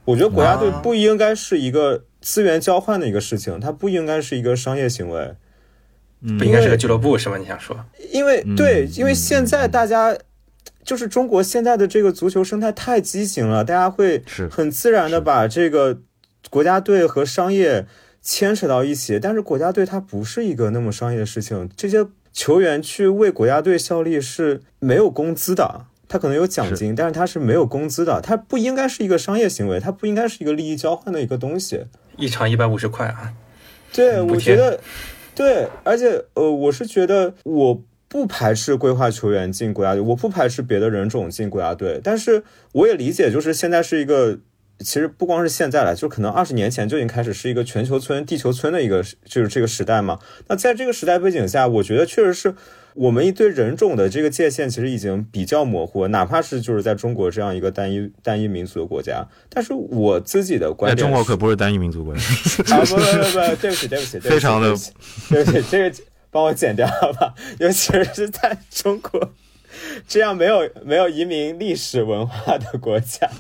我觉得国家队不应该是一个资源交换的一个事情，它不应该是一个商业行为， 不应该是个俱乐部是吗？你想说？ 因为现在大家就是中国现在的这个足球生态太畸形了，大家会很自然的把这个国家队和商业牵扯到一起，但是国家队它不是一个那么商业的事情，这些球员去为国家队效力是没有工资的，他可能有奖金，但是他是没有工资的，他不应该是一个商业行为，他不应该是一个利益交换的一个东西。 一场150块啊！ 对，我觉得对，而且我是觉得我不排斥规划球员进国家队，我不排斥别的人种进国家队，但是我也理解，就是现在是一个，其实不光是现在了，就可能20年前就已经开始是一个全球村、地球村的一个就是这个时代嘛。那在这个时代背景下，我觉得确实是我们对人种的这个界限其实已经比较模糊，哪怕是就是在中国这样一个单一民族的国家。但是我自己的观点， 中国可不是单一民族国家啊！不，对不起， 非常的对不起，这个帮我剪掉吧，尤其是在中国这样没有移民历史文化的国家。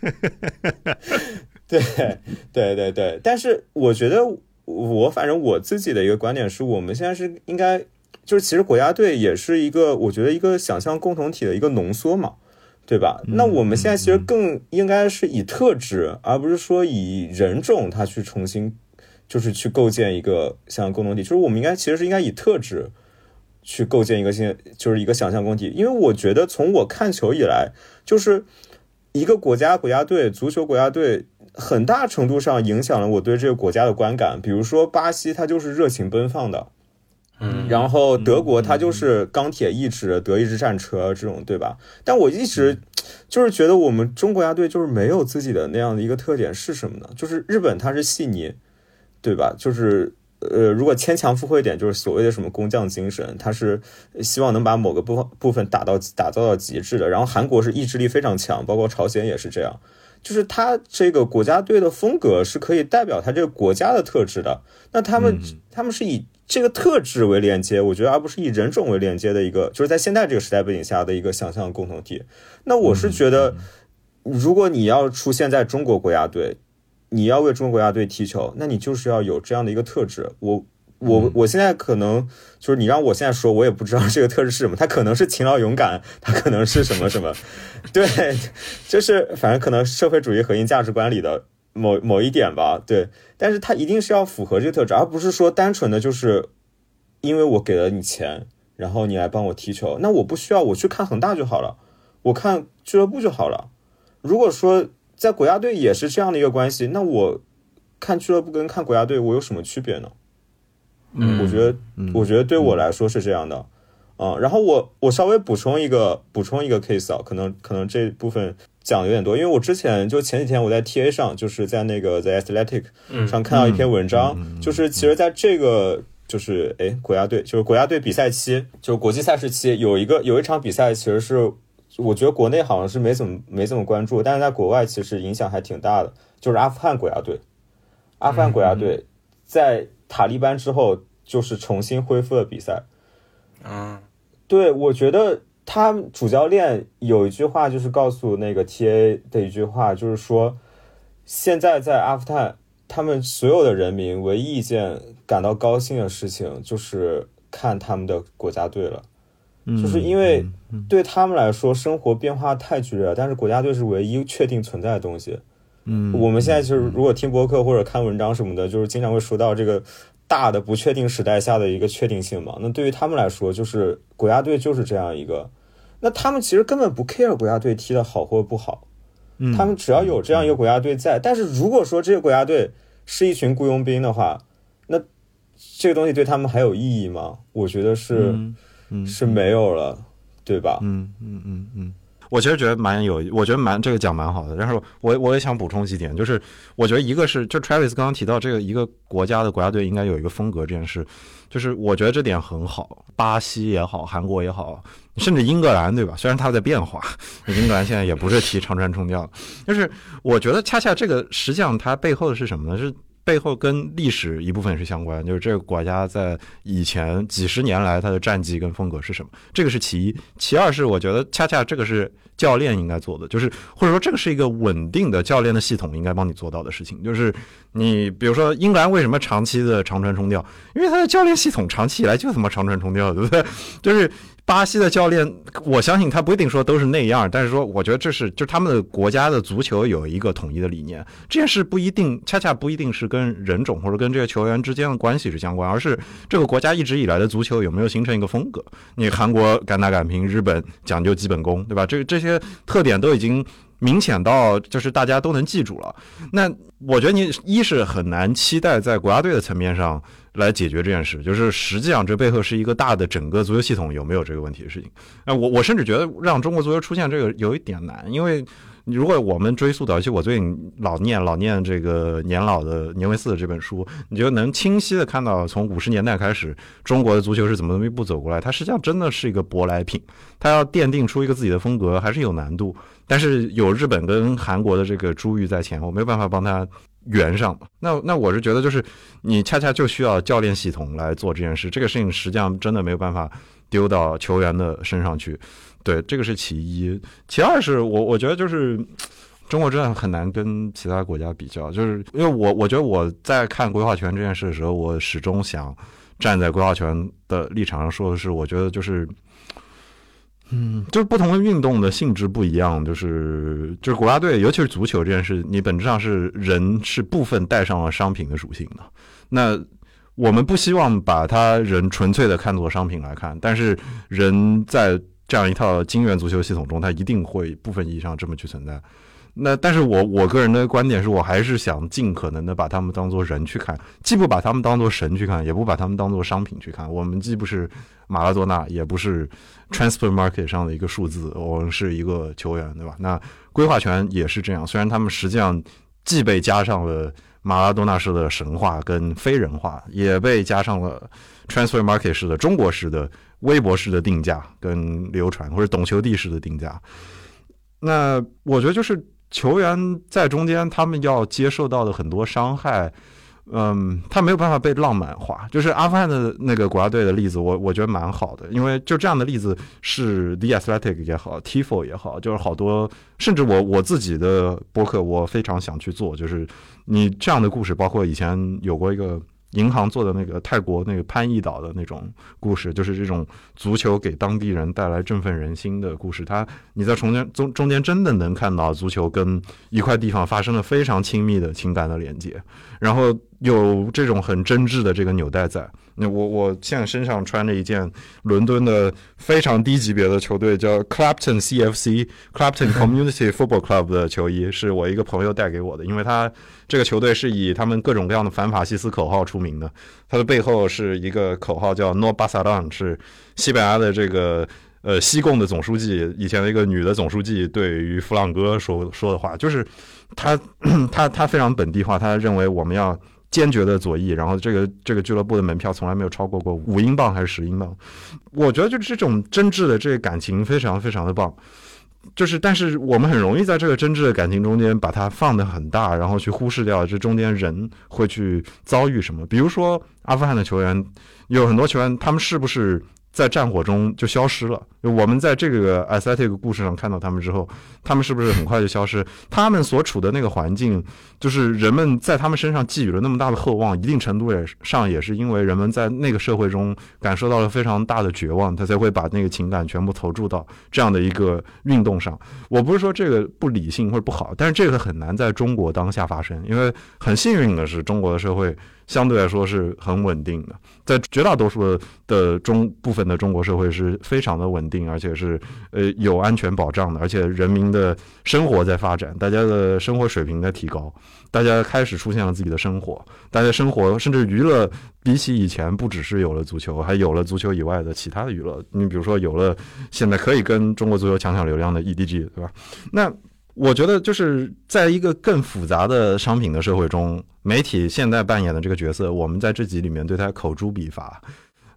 对，但是我觉得反正我自己的一个观点是，我们现在是应该就是其实国家队也是一个我觉得一个想象共同体的一个浓缩嘛，对吧？那我们现在其实更应该是以特质，而不是说以人种它去重新就是去构建一个想象共同体，就是我们其实是应该以特质去构建一个就是一个想象共同体。因为我觉得从我看球以来，就是一个国家队足球国家队很大程度上影响了我对这个国家的观感。比如说巴西它就是热情奔放的，然后德国它就是钢铁意志、德意志战车这种，对吧？但我一直就是觉得我们中国家队就是没有自己的那样的一个特点是什么呢？就是日本它是细腻，对吧？就是如果牵强附会一点，就是所谓的什么工匠精神，它是希望能把某个部分打造到极致的。然后韩国是意志力非常强，包括朝鲜也是这样。就是他这个国家队的风格是可以代表他这个国家的特质的。那他们是以这个特质为连接，我觉得而不是以人种为连接的一个，就是在现在这个时代背景下的一个想象共同体。那我是觉得，如果你要出现在中国国家队，你要为中国国家队踢球，那你就是要有这样的一个特质。我现在可能就是你让我现在说，我也不知道这个特质是什么，它可能是勤劳勇敢，它可能是什么什么，对，就是反正可能社会主义核心价值观里的某一点吧，对，但是它一定是要符合这个特质，而不是说单纯的就是因为我给了你钱，然后你来帮我踢球，那我不需要，我去看恒大就好了，我看俱乐部就好了。如果说在国家队也是这样的一个关系，那我看俱乐部跟看国家队我有什么区别呢？我觉得对我来说是这样的，然后我稍微补充一个 case 啊，可能这部分讲的有点多，因为我之前就前几天我在 TA 上，就是在那个 The Athletic 上看到一篇文章，就是其实在这个就是国家队比赛期，就是国际赛事期有一场比赛，其实是我觉得国内好像是没怎么关注，但是在国外其实影响还挺大的，就是阿富汗国家队在塔利班之后就是重新恢复了比赛。对，我觉得他主教练有一句话就是告诉那个 TA 的一句话，就是说现在在阿富汗他们所有的人民唯一一件感到高兴的事情就是看他们的国家队了，就是因为对他们来说生活变化太剧烈了，但是国家队是唯一确定存在的东西。我们现在就是如果听播客或者看文章什么的，就是经常会说到这个大的不确定时代下的一个确定性嘛。那对于他们来说，就是国家队就是这样一个，那他们其实根本不 care 国家队踢得好或不好，他们只要有这样一个国家队在。但是如果说这个国家队是一群雇佣兵的话，那这个东西对他们还有意义吗？我觉得是没有了，对吧？ 我其实觉得我觉得这个讲蛮好的，但是我也想补充几点，就是我觉得一个是就 Travis 刚刚提到这个一个国家的国家队应该有一个风格这件事，就是我觉得这点很好，巴西也好，韩国也好，甚至英格兰，对吧？虽然它在变化，英格兰现在也不是踢长传冲吊，就是我觉得恰恰这个实际上它背后的是什么呢？是背后跟历史一部分是相关，就是这个国家在以前几十年来它的战绩跟风格是什么，这个是其一。其二是我觉得恰恰这个是教练应该做的，就是或者说这个是一个稳定的教练的系统应该帮你做到的事情。就是你比如说英格兰为什么长期的长传冲吊，因为他的教练系统长期以来就他妈长传冲吊，对不对？就是巴西的教练，我相信他不一定说都是那样，但是说我觉得这是就是他们的国家的足球有一个统一的理念，这件事不一定，恰恰不一定是跟人种或者跟这个球员之间的关系是相关，而是这个国家一直以来的足球有没有形成一个风格。你韩国敢打敢拼，日本讲究基本功，对吧？这些特点都已经明显到就是大家都能记住了。那我觉得你一是很难期待在国家队的层面上来解决这件事，就是实际上这背后是一个大的整个足球系统有没有这个问题的事情。我甚至觉得让中国足球出现这个有一点难，因为如果我们追溯到，其实我最近老念这个年老的年维斯的这本书，你就能清晰的看到从50年代开始中国的足球是怎么一步走过来，它实际上真的是一个舶来品，它要奠定出一个自己的风格还是有难度，但是有日本跟韩国的这个珠玉在前，我没有办法帮他圆上。那我是觉得就是你恰恰就需要教练系统来做这件事，这个事情实际上真的没有办法丢到球员的身上去。对，这个是其一。其二是我觉得就是中国真的很难跟其他国家比较，就是因为我觉得我在看规划权这件事的时候，我始终想站在规划权的立场上说的是，我觉得就是就是不同的运动的性质不一样，就是国家队，尤其是足球这件事，你本质上是人是部分带上了商品的属性的。那我们不希望把他人纯粹的看作商品来看，但是人在这样一套精元足球系统中，它一定会部分意义上这么去存在。那但是我个人的观点是，我还是想尽可能的把他们当作人去看，既不把他们当作神去看，也不把他们当作商品去看。我们既不是马拉多纳，也不是 transfer market 上的一个数字，我们是一个球员，对吧？那规划权也是这样，虽然他们实际上既被加上了马拉多纳式的神话跟非人化，也被加上了 transfer market 式的中国式的微博式的定价跟流传，或者懂球帝式的定价。那我觉得就是球员在中间他们要接受到的很多伤害，他没有办法被浪漫化。就是阿富汗的那个国家队的例子，我觉得蛮好的，因为就这样的例子是 The Athletic 也好 Tifo 也好，就是好多，甚至我自己的播客我非常想去做，就是你这样的故事，包括以前有过一个银行做的那个泰国那个潘义岛的那种故事，就是这种足球给当地人带来振奋人心的故事。你在中间真的能看到足球跟一块地方发生了非常亲密的情感的连接，然后有这种很真挚的这个纽带在。那我现在身上穿着一件伦敦的非常低级别的球队叫 Clapton CFC Clapton Community Football Club 的球衣，是我一个朋友带给我的，因为他这个球队是以他们各种各样的反法西斯口号出名的，他的背后是一个口号叫 No Pasaran， 是西班牙的这个西贡的总书记，以前的一个女的总书记对于弗朗哥说的话，就是他非常本地化，他认为我们要坚决的左翼，然后这个俱乐部的门票从来没有超过5英镑还是10英镑。我觉得就是这种真挚的这个感情非常非常的棒，就是但是我们很容易在这个真挚的感情中间把它放得很大，然后去忽视掉这中间人会去遭遇什么。比如说阿富汗的球员，有很多球员他们是不是在战火中就消失了？我们在这个 Athletic 故事上看到他们之后，他们是不是很快就消失？他们所处的那个环境，就是人们在他们身上寄予了那么大的厚望，一定程度上也是因为人们在那个社会中感受到了非常大的绝望，他才会把那个情感全部投注到这样的一个运动上。我不是说这个不理性或者不好，但是这个很难在中国当下发生，因为很幸运的是中国的社会相对来说是很稳定的，在绝大多数的部分的中国社会是非常的稳定，而且是有安全保障的，而且人民的生活在发展，大家的生活水平在提高，大家开始出现了自己的生活，大家生活甚至娱乐比起以前不只是有了足球，还有了足球以外的其他的娱乐。你比如说有了现在可以跟中国足球抢流量的 EDG， 对吧？那我觉得就是在一个更复杂的商品的社会中，媒体现在扮演的这个角色，我们在这集里面对它口诛笔伐。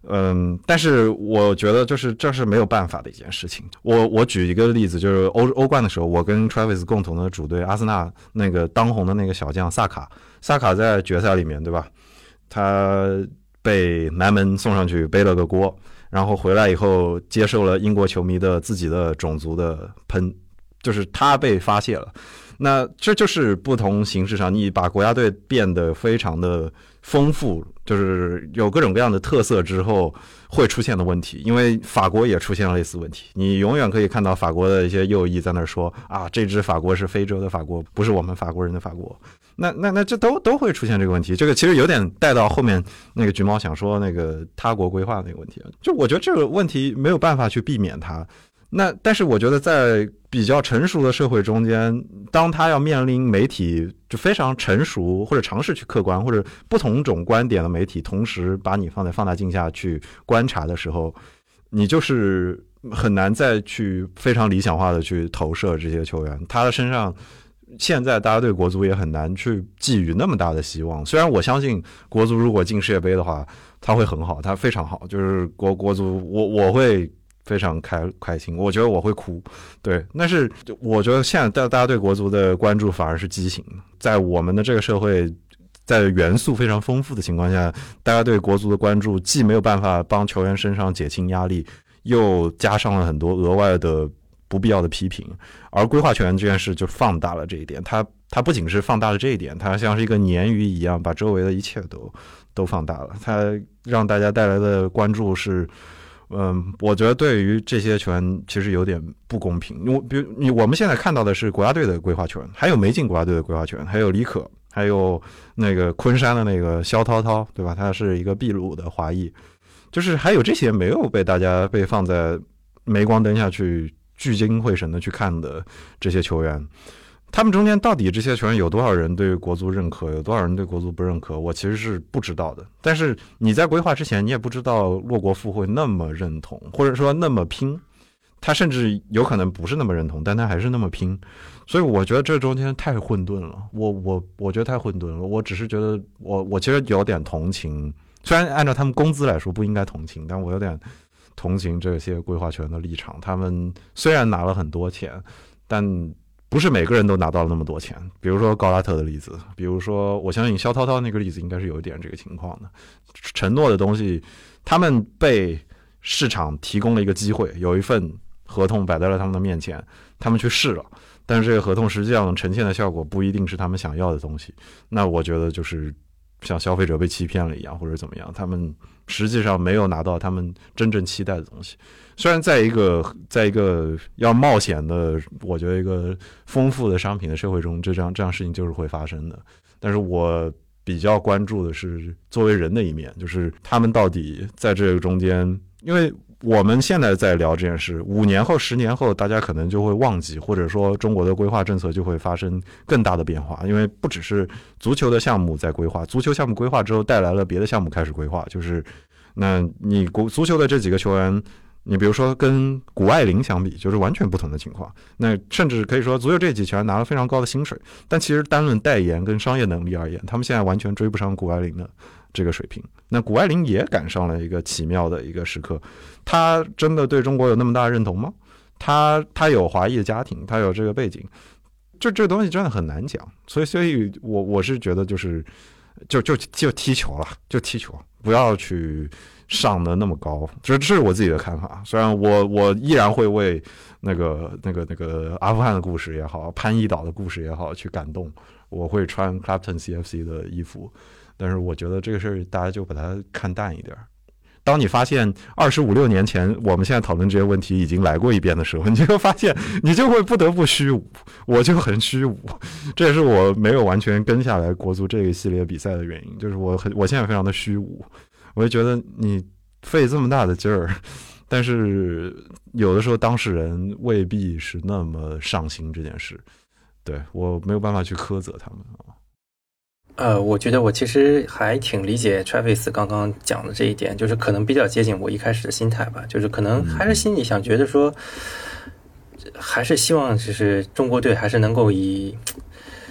但是我觉得就是这是没有办法的一件事情。我举一个例子，就是欧冠的时候，我跟 Travis 共同的主队阿森纳那个当红的那个小将萨卡在决赛里面，对吧？他被南门送上去背了个锅，然后回来以后接受了英国球迷的自己的种族的喷，就是他被发泄了。那这就是不同形式上，你把国家队变得非常的丰富，就是有各种各样的特色之后会出现的问题。因为法国也出现了类似问题，你永远可以看到法国的一些右翼在那说啊，这支法国是非洲的法国，不是我们法国人的法国。那这都会出现这个问题。这个其实有点带到后面那个橘猫想说那个他国规划那个问题，就我觉得这个问题没有办法去避免它。但是我觉得在比较成熟的社会中间，当他要面临媒体就非常成熟或者尝试去客观或者不同种观点的媒体同时把你放在放大镜下去观察的时候，你就是很难再去非常理想化的去投射这些球员。他的身上现在大家对国足也很难去寄予那么大的希望。虽然我相信国足如果进世界杯的话他会很好，他非常好，就是国足我会非常开心，我觉得我会哭，对。但是我觉得现在大家对国足的关注反而是畸形，在我们的这个社会，在元素非常丰富的情况下，大家对国足的关注既没有办法帮球员身上减轻压力，又加上了很多额外的不必要的批评。而规划权这件事就放大了这一点，它不仅是放大了这一点，它像是一个鲶鱼一样把周围的一切都放大了，它让大家带来的关注是我觉得对于这些球员其实有点不公平。比如我们现在看到的是国家队的规划球员，还有没进国家队的规划球员，还有李可，还有那个昆山的那个肖涛涛，对吧？他是一个秘鲁的华裔，就是还有这些没有被大家被放在镁光灯下去聚精会神的去看的这些球员，他们中间到底这些球员有多少人对国足认可，有多少人对国足不认可，我其实是不知道的。但是你在规划之前，你也不知道洛国富会那么认同，或者说那么拼。他甚至有可能不是那么认同，但他还是那么拼。所以我觉得这中间太混沌了，我觉得太混沌了。我只是觉得我其实有点同情，虽然按照他们工资来说不应该同情，但我有点同情这些规划球员的立场。他们虽然拿了很多钱，但不是每个人都拿到了那么多钱。比如说高拉特的例子，比如说我相信肖涛涛那个例子应该是有一点这个情况的。承诺的东西，他们被市场提供了一个机会，有一份合同摆在了他们的面前，他们去试了，但是这个合同实际上呈现的效果不一定是他们想要的东西。那我觉得就是像消费者被欺骗了一样，或者怎么样，他们实际上没有拿到他们真正期待的东西。虽然在一个要冒险的，我觉得一个丰富的商品的社会中，这样事情就是会发生的。但是我比较关注的是作为人的一面，就是他们到底在这个中间，因为我们现在在聊这件事，5年后、10年后，大家可能就会忘记，或者说中国的规划政策就会发生更大的变化。因为不只是足球的项目在规划，足球项目规划之后带来了别的项目开始规划，就是那你足球的这几个球员，你比如说跟谷爱凌相比，就是完全不同的情况。那甚至可以说足球这几球员拿了非常高的薪水，但其实单论代言跟商业能力而言，他们现在完全追不上谷爱凌的这个水平。那谷爱凌也赶上了一个奇妙的一个时刻，他真的对中国有那么大的认同吗？他有华裔的家庭，他有这个背景，这个东西真的很难讲。所以我是觉得就是就踢球了，就踢球，不要去上的那么高，这是我自己的看法。虽然我依然会为那个阿富汗的故事也好，潘一岛的故事也好去感动，我会穿 Clapton CFC 的衣服。但是我觉得这个事儿大家就把它看淡一点。当你发现25、26年前我们现在讨论这些问题已经来过一遍的时候，你就会发现你就会不得不虚无。我就很虚无，这也是我没有完全跟下来国足这个系列比赛的原因，就是我现在非常的虚无。我就觉得你费这么大的劲儿，但是有的时候当事人未必是那么上心这件事，对，我没有办法去苛责他们。 我觉得我其实还挺理解 Travis 刚刚讲的这一点，就是可能比较接近我一开始的心态吧，就是可能还是心里想觉得说，还是希望就是中国队还是能够以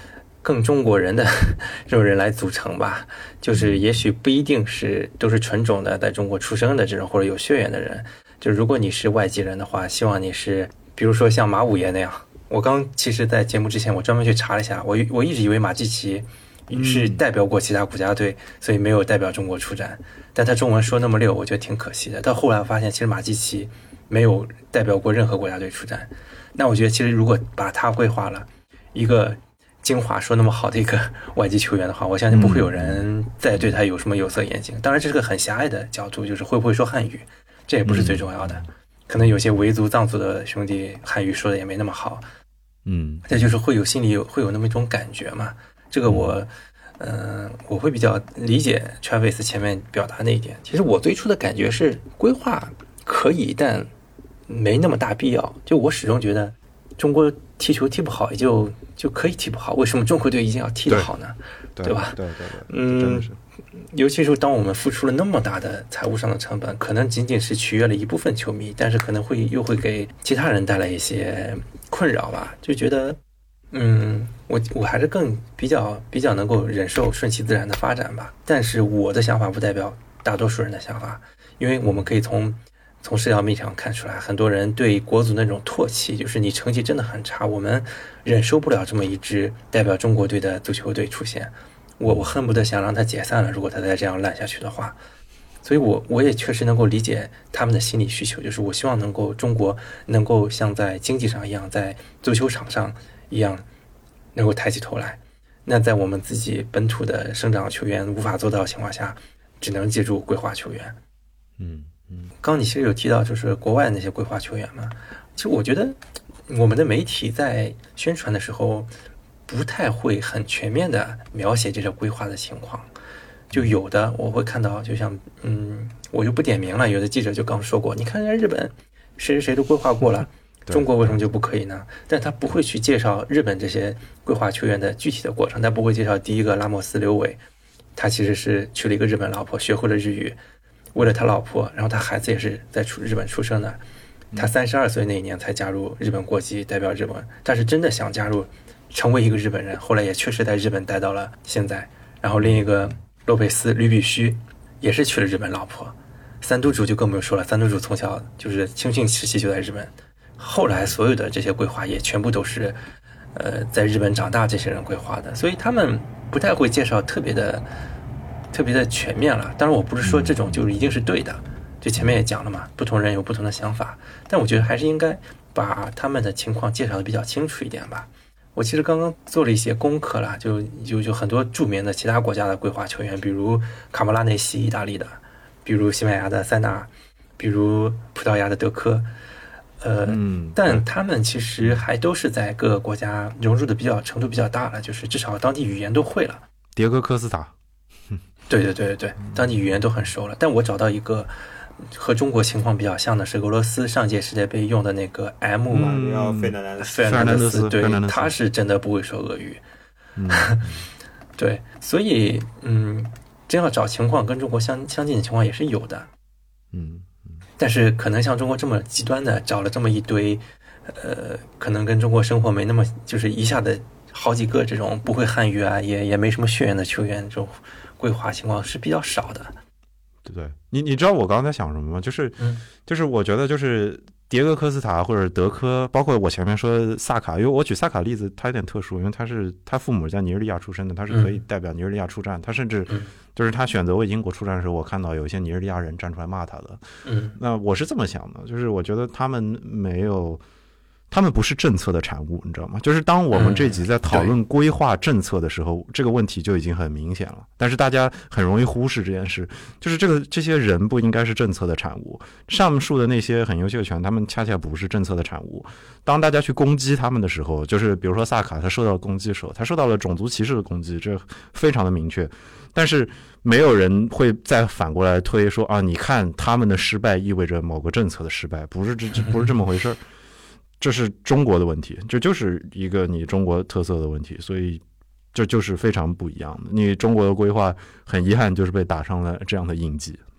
更中国人的这种人来组成吧，就是也许不一定是都是纯种的在中国出生的这种或者有血缘的人，就如果你是外籍人的话，希望你是比如说像马五爷那样。我刚其实在节目之前我专门去查了一下，我一直以为马季奇是代表过其他国家队，所以没有代表中国出战，但他中文说那么溜，我觉得挺可惜的。到后来我发现其实马季奇没有代表过任何国家队出战，那我觉得其实如果把他规划了一个京华说那么好的一个外籍球员的话，我相信不会有人再对他有什么有色眼镜。当然这是个很狭隘的角度，就是会不会说汉语，这也不是最重要的。可能有些维族藏族的兄弟汉语说的也没那么好，这就是会有心里会有那么一种感觉嘛。这个我会比较理解 Travis 前面表达那一点。其实我最初的感觉是规划可以，但没那么大必要。就我始终觉得中国踢球踢不好也就可以踢不好，为什么中国队一定要踢得好呢？对吧？ 对，真的是。 尤其是当我们付出了那么大的财务上的成本，可能仅仅是取悦了一部分球迷，但是可能又会给其他人带来一些困扰吧。就觉得，我还是更比较能够忍受顺其自然的发展吧。但是我的想法不代表大多数人的想法，因为我们可以从社交媒体上看出来，很多人对国足那种唾弃，就是你成绩真的很差，我们忍受不了这么一支代表中国队的足球队出现。我恨不得想让他解散了，如果他再这样烂下去的话。所以我也确实能够理解他们的心理需求，就是我希望中国能够像在经济上一样，在足球场上一样能够抬起头来。那在我们自己本土的生长球员无法做到的情况下，只能借助规划球员。刚你其实有提到就是国外那些规划球员嘛，其实我觉得我们的媒体在宣传的时候不太会很全面的描写这个规划的情况，就有的我会看到，就像我就不点名了，有的记者就刚说过，你看人家日本谁谁谁都规划过了，中国为什么就不可以呢？但他不会去介绍日本这些规划球员的具体的过程，他不会介绍第一个拉莫斯刘伟，他其实是娶了一个日本老婆，学会了日语，为了他老婆，然后他孩子也是在日本出生的，他32岁那一年才加入日本国籍，代表日本，但是真的想加入成为一个日本人，后来也确实在日本待到了现在。然后另一个洛佩斯吕比须也是娶了日本老婆，三都主就更不用说了，三都主从小就是青训时期就在日本，后来所有的这些规划也全部都是在日本长大这些人规划的，所以他们不太会介绍特别的全面了。当然我不是说这种就一定是对的，就前面也讲了嘛，不同人有不同的想法，但我觉得还是应该把他们的情况介绍的比较清楚一点吧。我其实刚刚做了一些功课了，就很多著名的其他国家的规划球员，比如卡莫拉内西意大利的，比如西班牙的塞纳，比如葡萄牙的德科，但他们其实还都是在各个国家融入的程度比较大了，就是至少当地语言都会了。 迭戈科斯塔， 对，当地语言都很熟了。但我找到一个和中国情况比较像的是俄罗斯上届世界杯用的那个 M 费尔南德斯， 对，他是真的不会说俄语。对，所以真要找情况跟中国相近的情况也是有的。但是可能像中国这么极端的找了这么一堆可能跟中国生活没那么就是一下子好几个这种不会汉语啊也没什么血缘的球员，这种规划情况是比较少的。 对，你知道我刚才想什么吗？就是我觉得就是迭戈科斯塔或者德科，包括我前面说萨卡，因为我举萨卡例子，他有点特殊，因为他父母在尼日利亚出生的，他是可以代表尼日利亚出战，他甚至就是他选择为英国出战的时候，我看到有一些尼日利亚人站出来骂他的。那我是这么想的，就是我觉得他们不是政策的产物，你知道吗？就是当我们这集在讨论规划政策的时候，这个问题就已经很明显了。但是大家很容易忽视这件事，就是这些人不应该是政策的产物。上述的那些很优秀的球员，他们恰恰不是政策的产物。当大家去攻击他们的时候，就是比如说萨卡，他受到了攻击的时候，他受到了种族歧视的攻击，这非常的明确。但是没有人会再反过来推说啊，你看他们的失败意味着某个政策的失败，不是这么回事。这是中国的问题，这就是一个你中国特色的问题，所以这就是非常不一样的。你中国的规划很遗憾就是被打上了这样的印记。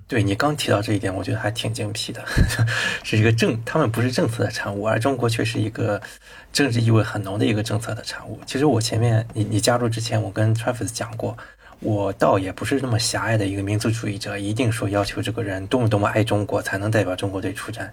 对，你刚提到这一点，我觉得还挺精辟的，是一个他们不是政策的产物，而中国却是一个政治意味很浓的一个政策的产物。其实我前面你加入之前，我跟 Travis 讲过，我倒也不是那么狭隘的一个民族主义者，一定说要求这个人多么爱中国才能代表中国队出战。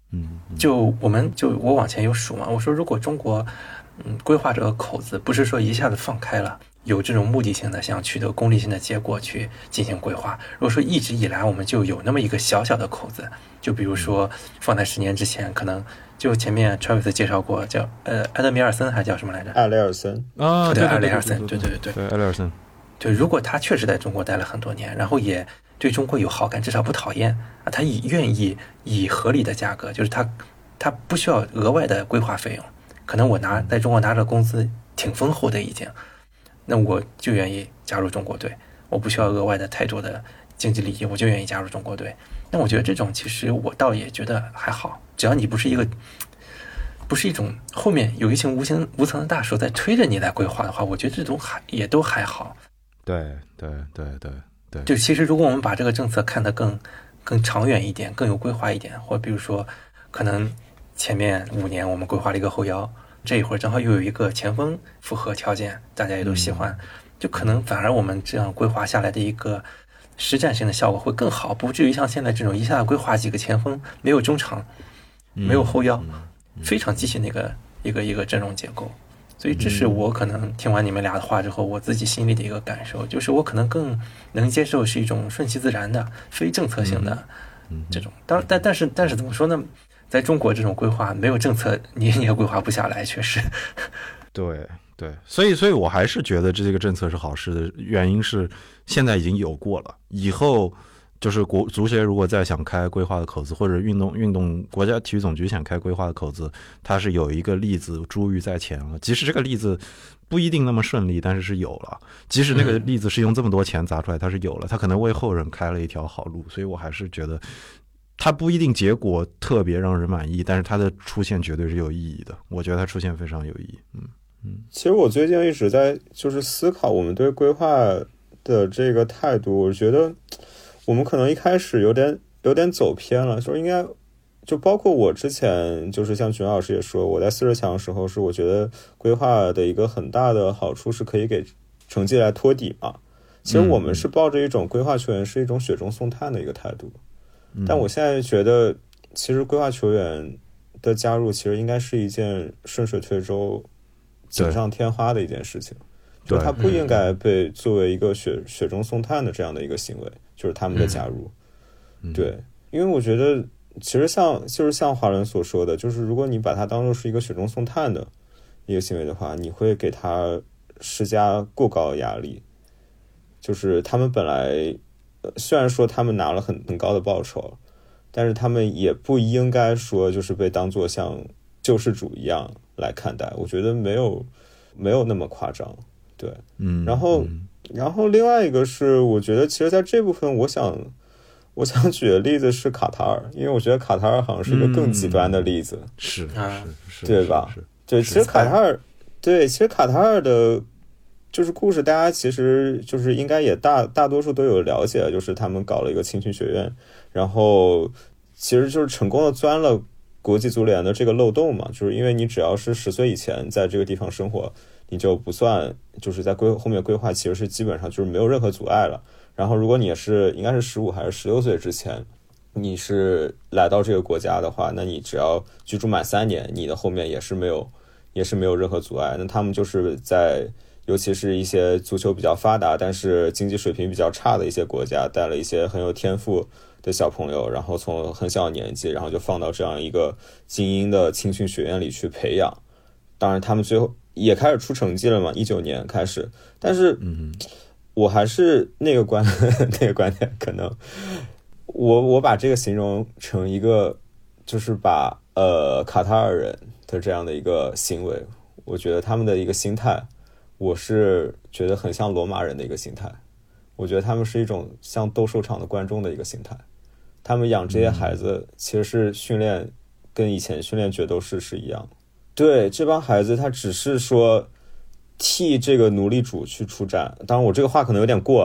我往前有数嘛，我说如果中国规划这个口子不是说一下子放开了，有这种目的性的想取得功利性的结果去进行规划，如果说一直以来我们就有那么一个小小的口子，就比如说放在10年之前，可能就前面 Travis 介绍过叫埃德米尔森还叫什么来着？ 艾雷尔森啊， 对，艾雷尔森，对， 艾雷尔森。 对，如果他确实在中国待了很多年，然后也对中国有好感，至少不讨厌啊，他愿意以合理的价格，就是他不需要额外的规划费用，可能我在中国拿着工资挺丰厚的已经，那我就愿意加入中国队，我不需要额外的太多的经济利益，我就愿意加入中国队。那我觉得这种其实我倒也觉得还好，只要你不是一种后面有一群无层的大手在推着你来规划的话，我觉得这种也都还好。 对， 就其实如果我们把这个政策看得更长远一点，更有规划一点，或比如说可能前面5年我们规划了一个后腰，这一会儿正好又有一个前锋符合条件，大家也都喜欢，就可能反而我们这样规划下来的一个实战性的效果会更好，不至于像现在这种一下子规划几个前锋，没有中场，没有后腰，非常机械那个一个阵容结构。所以这是我可能听完你们俩的话之后，我自己心里的一个感受，就是我可能更能接受是一种顺其自然的非政策性的这种。但是怎么说呢，在中国这种规划没有政策你也规划不下来，确实。 对，所以我还是觉得这个政策是好事的，原因是现在已经有过了，以后就是足协如果再想开规划的口子，或者运动国家体育总局想开规划的口子，它是有一个例子珠玉在前了。即使这个例子不一定那么顺利，但是是有了。即使那个例子是用这么多钱砸出来，它是有了，它可能为后人开了一条好路。所以我还是觉得它不一定结果特别让人满意，但是它的出现绝对是有意义的。我觉得它出现非常有意义。 其实我最近一直在就是思考我们对规划的这个态度，我觉得我们可能一开始有点走偏了，就是应该就包括我之前就是像群老师也说，我在40强的时候是我觉得规划的一个很大的好处是可以给成绩来托底嘛。其实我们是抱着一种规划球员是一种雪中送炭的一个态度，但我现在觉得其实规划球员的加入其实应该是一件顺水推舟锦上添花的一件事情，就它不应该被作为一个雪中送炭的这样的一个行为，就是他们的加入。对，因为我觉得其实像华伦所说的，就是如果你把它当作是一个雪中送炭的一个行为的话，你会给他施加过高的压力。就是他们本来虽然说他们拿了很高的报酬，但是他们也不应该说就是被当作像救世主一样来看待，我觉得没有那么夸张。对，然后另外一个是我觉得其实在这部分我想举的例子是卡塔尔，因为我觉得卡塔尔好像是一个更极端的例子。 是对吧？对，其实卡塔尔的就是故事大家其实就是应该也大多数都有了解，就是他们搞了一个青训学院，然后其实就是成功的钻了国际足联的这个漏洞嘛，就是因为你只要是10岁以前在这个地方生活，你就不算，就是在后面规划其实是基本上就是没有任何阻碍了。然后如果你是应该是15还是16岁之前你是来到这个国家的话，那你只要居住满3年，你的后面也是没有任何阻碍。那他们就是在尤其是一些足球比较发达但是经济水平比较差的一些国家带了一些很有天赋的小朋友，然后从很小的年纪然后就放到这样一个精英的青训学院里去培养。当然他们最后也开始出成绩了嘛，19年开始。但是我还是那个观点，可能我把这个形容成一个就是把卡塔尔人的这样的一个行为，我觉得他们的一个心态，我是觉得很像罗马人的一个心态。我觉得他们是一种像斗兽场的观众的一个心态，他们养这些孩子其实是训练跟以前训练决斗士是一样。对，这帮孩子他只是说替这个奴隶主去出战，当然我这个话可能有点过啊，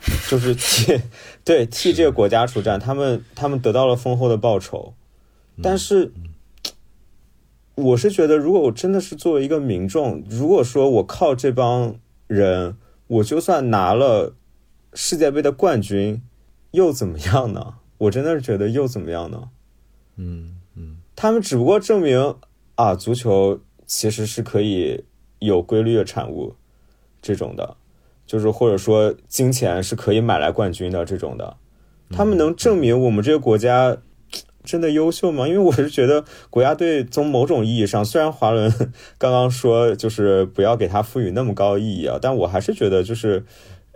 就是替这个国家出战，他们得到了丰厚的报酬。但是我是觉得，如果我真的是作为一个民众，如果说我靠这帮人，我就算拿了世界杯的冠军又怎么样呢？我真的是觉得又怎么样呢？他们只不过证明啊，足球其实是可以有规律的产物，这种的，就是或者说金钱是可以买来冠军的这种的。他们能证明我们这个国家真的优秀吗？因为我是觉得国家队从某种意义上，虽然华伦刚刚说就是不要给他赋予那么高意义啊，但我还是觉得就是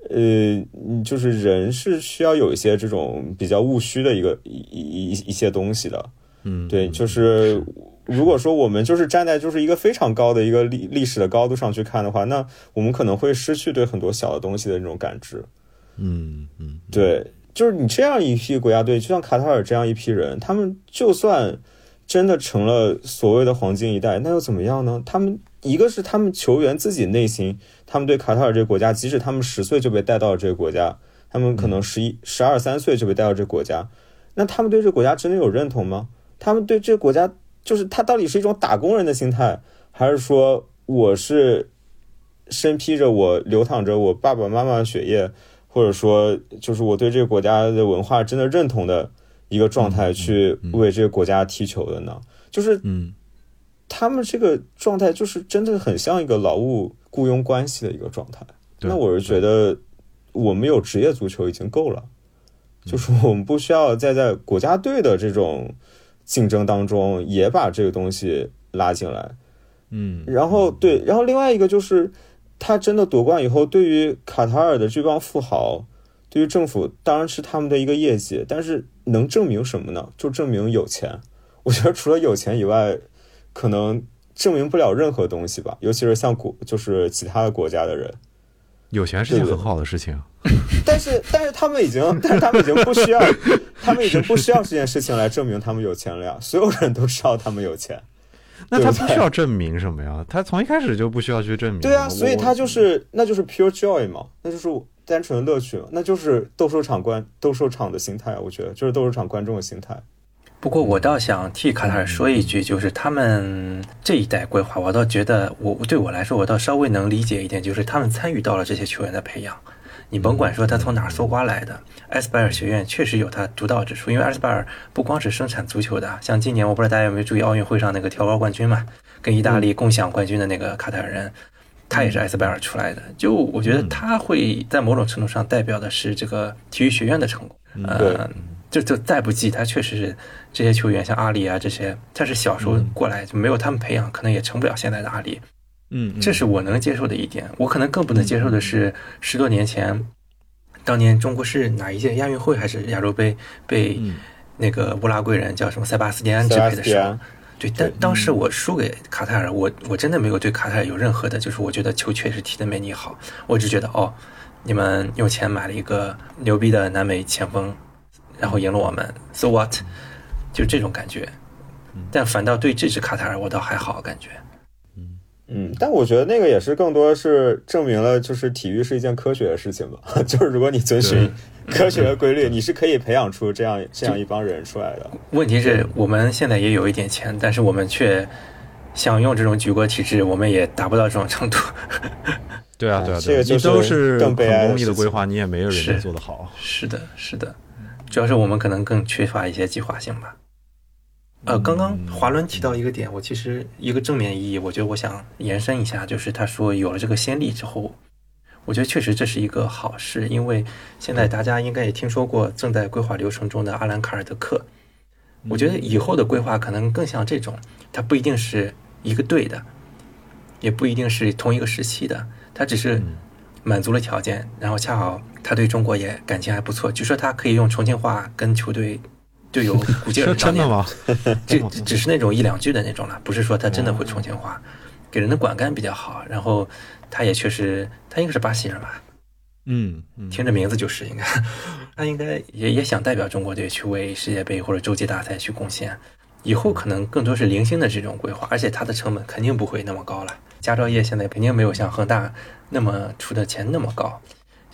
人是需要有一些这种比较务虚的一些东西的。对，就是如果说我们就是站在就是一个非常高的一个历史的高度上去看的话，那我们可能会失去对很多小的东西的那种感知。对，就是你这样一批国家队，就像卡塔尔这样一批人，他们就算真的成了所谓的黄金一代，那又怎么样呢？他们一个是他们球员自己内心，他们对卡塔尔这个国家，即使他们10岁就被带到了这个国家，他们可能12、13岁就被带到这个国家，那他们对这个国家真的有认同吗？他们对这个国家，就是他到底是一种打工人的心态，还是说我是身披着我流淌着我爸爸妈妈的血液，或者说就是我对这个国家的文化真的认同的一个状态去为这个国家踢球的呢？就是他们这个状态就是真的很像一个劳务雇佣关系的一个状态。那我是觉得我们有职业足球已经够了，就是我们不需要再在国家队的这种竞争当中也把这个东西拉进来。然后另外一个就是他真的夺冠以后，对于卡塔尔的这帮富豪，对于政府当然是他们的一个业绩，但是能证明什么呢？就证明有钱。我觉得除了有钱以外，可能证明不了任何东西吧，尤其是像就是其他的国家的人。 有钱是件很好的事情， 但是他们已经不需要，他们已经不需要这件事情来证明他们有钱了呀。所有人都知道他们有钱， 那他不需要证明什么呀？他从一开始就不需要去证明。 对啊，所以他那就是 pure joy 嘛，那就是单纯的乐趣嘛，那就是斗兽场的心态。我觉得就是斗兽场观众的心态。 不过我倒想替卡塔尔说一句，就是他们这一代规划，我倒觉得对我来说，我倒稍微能理解一点，就是他们参与到了这些球员的培养。你甭管说他从哪儿搜刮来的，埃斯拜尔学院确实有他独到之处，因为埃斯拜尔不光是生产足球的，像今年我不知道大家有没有注意奥运会上那个跳高冠军嘛，跟意大利共享冠军的那个卡塔尔人，他也是埃斯拜尔出来的。就我觉得他会在某种程度上代表的是这个体育学院的成功。就再不济，他确实是这些球员像阿里啊这些，他是小时候过来，就没有他们培养，可能也成不了现在的阿里。这是我能接受的一点。我可能更不能接受的是10多年前，当年中国是哪一届亚运会还是亚洲杯被那个乌拉圭人叫什么塞巴斯蒂安支配的时候，对，但当时我输给卡塔尔，我真的没有对卡塔尔有任何的，就是我觉得球确实踢得没你好，我只觉得你们用钱买了一个牛逼的南美前锋，然后赢了我们 ，so what， 就这种感觉。但反倒对这支卡塔尔我倒还好感觉。 但我觉得那个也是更多是证明了，就是体育是一件科学的事情吧。就是如果你遵循科学的规律，你是可以培养出这样一帮人出来的。 问题是我们现在也有一点钱，但是我们却想用这种举国体制，我们也达不到这种程度。 对啊， 这个就是你都是更悲哀的很公益的规划，你也没有人家做得好。 是的，主要是我们可能更缺乏一些计划性吧。刚刚华伦提到一个点，我其实一个正面意义，我觉得我想延伸一下，就是他说有了这个先例之后，我觉得确实这是一个好事，因为现在大家应该也听说过正在规划流程中的阿兰卡尔德克。我觉得以后的规划可能更像这种，它不一定是一个队的，也不一定是同一个时期的，它只是满足了条件，然后恰好他对中国也感情还不错，据说他可以用重庆话跟球队有鼓劲儿。 真的吗？ 这只是那种1、2句的那种了，不是说他真的会重庆话，给人的观感比较好。然后他也确实，他应该是巴西人吧？听着名字就是应该，他应该也想代表中国队去为世界杯或者洲际大赛去贡献。以后可能更多是零星的这种规划，而且它的成本肯定不会那么高了。佳兆业现在肯定没有像恒大那么出的钱那么高。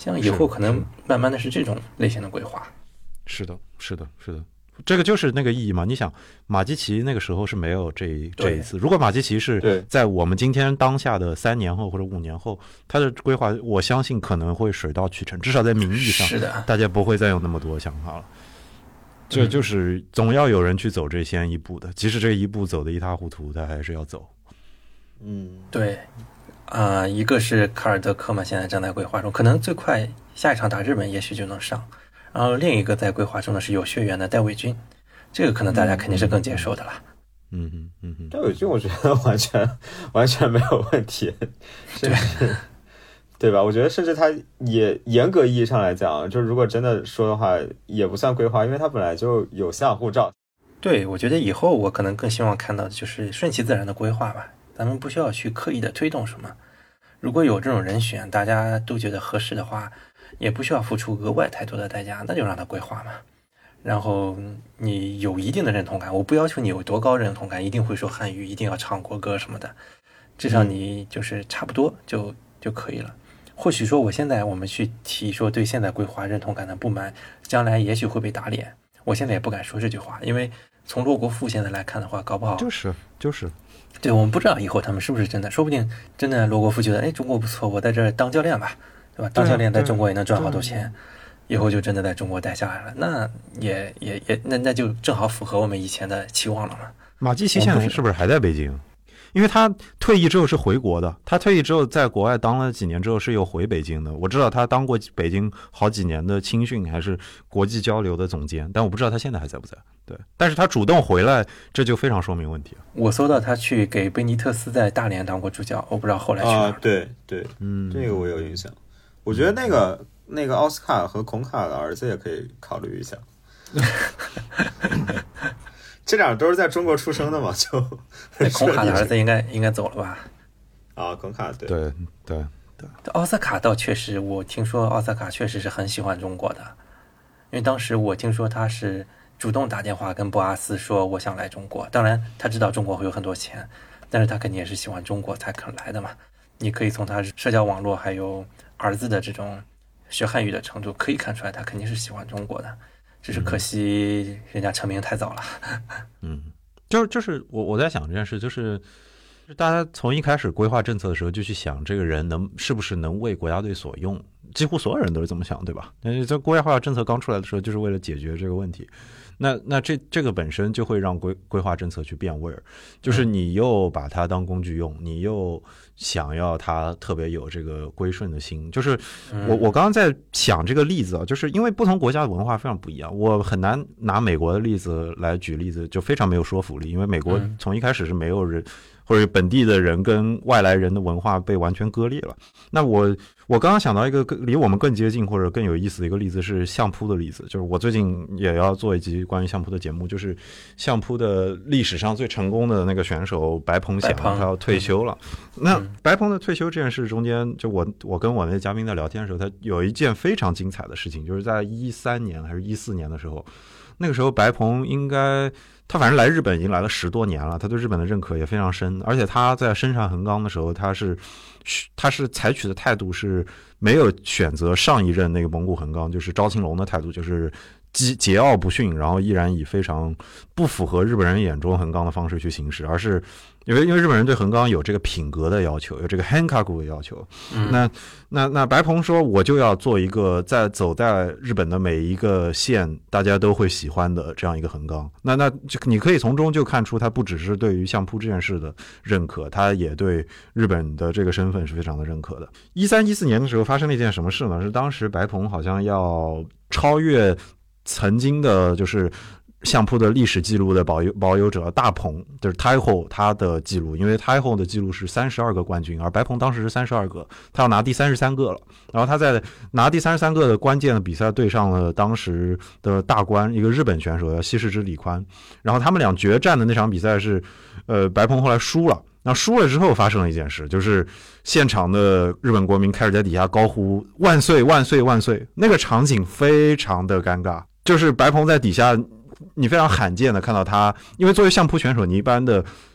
像以后可能慢慢的是这种类型的规划。 是的，这个就是那个意义嘛。你想，马基奇那个时候是没有这一次，如果马基奇是在我们今天当下的3年后或者5年后，他的规划，我相信可能会水到渠成，至少在名义上， 是的， 大家不会再有那么多想法了。这就是总要有人去走这先一步的，即使这一步走得一塌糊涂，他还是要走。 对，一个是卡尔德克嘛，现在正在规划中，可能最快下一场打日本也许就能上。然后另一个在规划中的是有血缘的戴伟军，这个可能大家肯定是更接受的啦。 戴伟军我觉得完全没有问题，甚至对吧？我觉得甚至他也严格意义上来讲，就如果真的说的话，也不算规划，因为他本来就有相护照。 对，我觉得以后我可能更希望看到的就是顺其自然的规划吧，咱们不需要去刻意的推动什么。如果有这种人选，大家都觉得合适的话，也不需要付出额外太多的代价，那就让他规划嘛。然后你有一定的认同感，我不要求你有多高认同感，一定会说汉语，一定要唱国歌什么的，至少你就是差不多就可以了。或许说我们去提说对现在规划认同感的不满，将来也许会被打脸。我现在也不敢说这句话，因为从骆国富现在来看的话，搞不好就是对，我们不知道以后他们是不是真的，说不定真的骆国富觉得中国不错，我在这儿当教练吧，对吧？当教练在中国也能赚好多钱，以后就真的在中国待下来了，那那就正好符合我们以前的期望了嘛。 马基奇现在是不是还在北京？因为他退役之后是回国的，他退役之后在国外当了几年之后是又回北京的。我知道他当过北京好几年的青训还是国际交流的总监，但我不知道他现在还在不在。对，但是他主动回来，这就非常说明问题了。 我搜到他去给贝尼特斯在大连当过助教，我不知道后来去哪。 对，这个我有印象。我觉得那个奥斯卡和孔卡的儿子也可以考虑一下。这俩都是在中国出生的嘛，就孔卡的儿子应该走了吧？ 孔卡对。 奥斯卡倒确实，我听说奥斯卡确实是很喜欢中国的，因为当时我听说他是主动打电话跟博阿斯说我想来中国，当然他知道中国会有很多钱，但是他肯定也是喜欢中国才肯来的嘛。你可以从他社交网络还有儿子的这种学汉语的程度可以看出来，他肯定是喜欢中国的。只是可惜人家成名太早了。 就是我在想这件事，就是大家从一开始规划政策的时候就去想这个人是不是能为国家队所用，几乎所有人都是这么想，对吧？这国家化政策刚出来的时候就是为了解决这个问题。那这个本身就会让规划政策去变味儿，就是你又把它当工具用，你又想要它特别有这个归顺的心。就是我刚刚在想这个例子啊，就是因为不同国家的文化非常不一样，我很难拿美国的例子来举例子，就非常没有说服力，因为美国从一开始是没有人或者本地的人跟外来人的文化被完全割裂了。那我刚刚想到一个离我们更接近或者更有意思的一个例子是相扑的例子，就是我最近也要做一集关于相扑的节目，就是相扑的历史上最成功的那个选手白鹏翔，他要退休了。那白鹏的退休这件事中间，就我跟我那嘉宾在聊天的时候，他有一件非常精彩的事情，就是在13年还是14年的时候，那个时候白鹏他反正来日本已经来了10多年了，他对日本的认可也非常深，而且他在升上横纲的时候，他是采取的态度是没有选择上一任那个蒙古横纲就是赵青龙的态度，就是桀骜不驯，然后依然以非常不符合日本人眼中横纲的方式去行事，而是因为日本人对横纲有这个品格的要求，有这个 henkaku 的要求。那白鹏说我就要做一个走在日本的每一个县大家都会喜欢的这样一个横纲。那你可以从中就看出他不只是对于相扑这件事的认可，他也对日本的这个身份是非常的认可的。13、14年的时候发生了一件什么事呢？是当时白鹏好像要超越曾经的就是相扑的历史记录的保有者大鹏，就是 Taiho 他的记录，因为 Taiho 的记录是32个冠军，而白鹏当时是32个，他要拿第33个了。然后他在拿第33个的关键的比赛对上了当时的大关一个日本选手叫西市之李宽，然后他们俩决战的那场比赛是白鹏后来输了。那输了之后发生了一件事，就是现场的日本国民开始在底下高呼万岁万岁万岁，那个场景非常的尴尬，就是白鹏在底下你非常罕见的看到他，因为作为相扑选手你一般的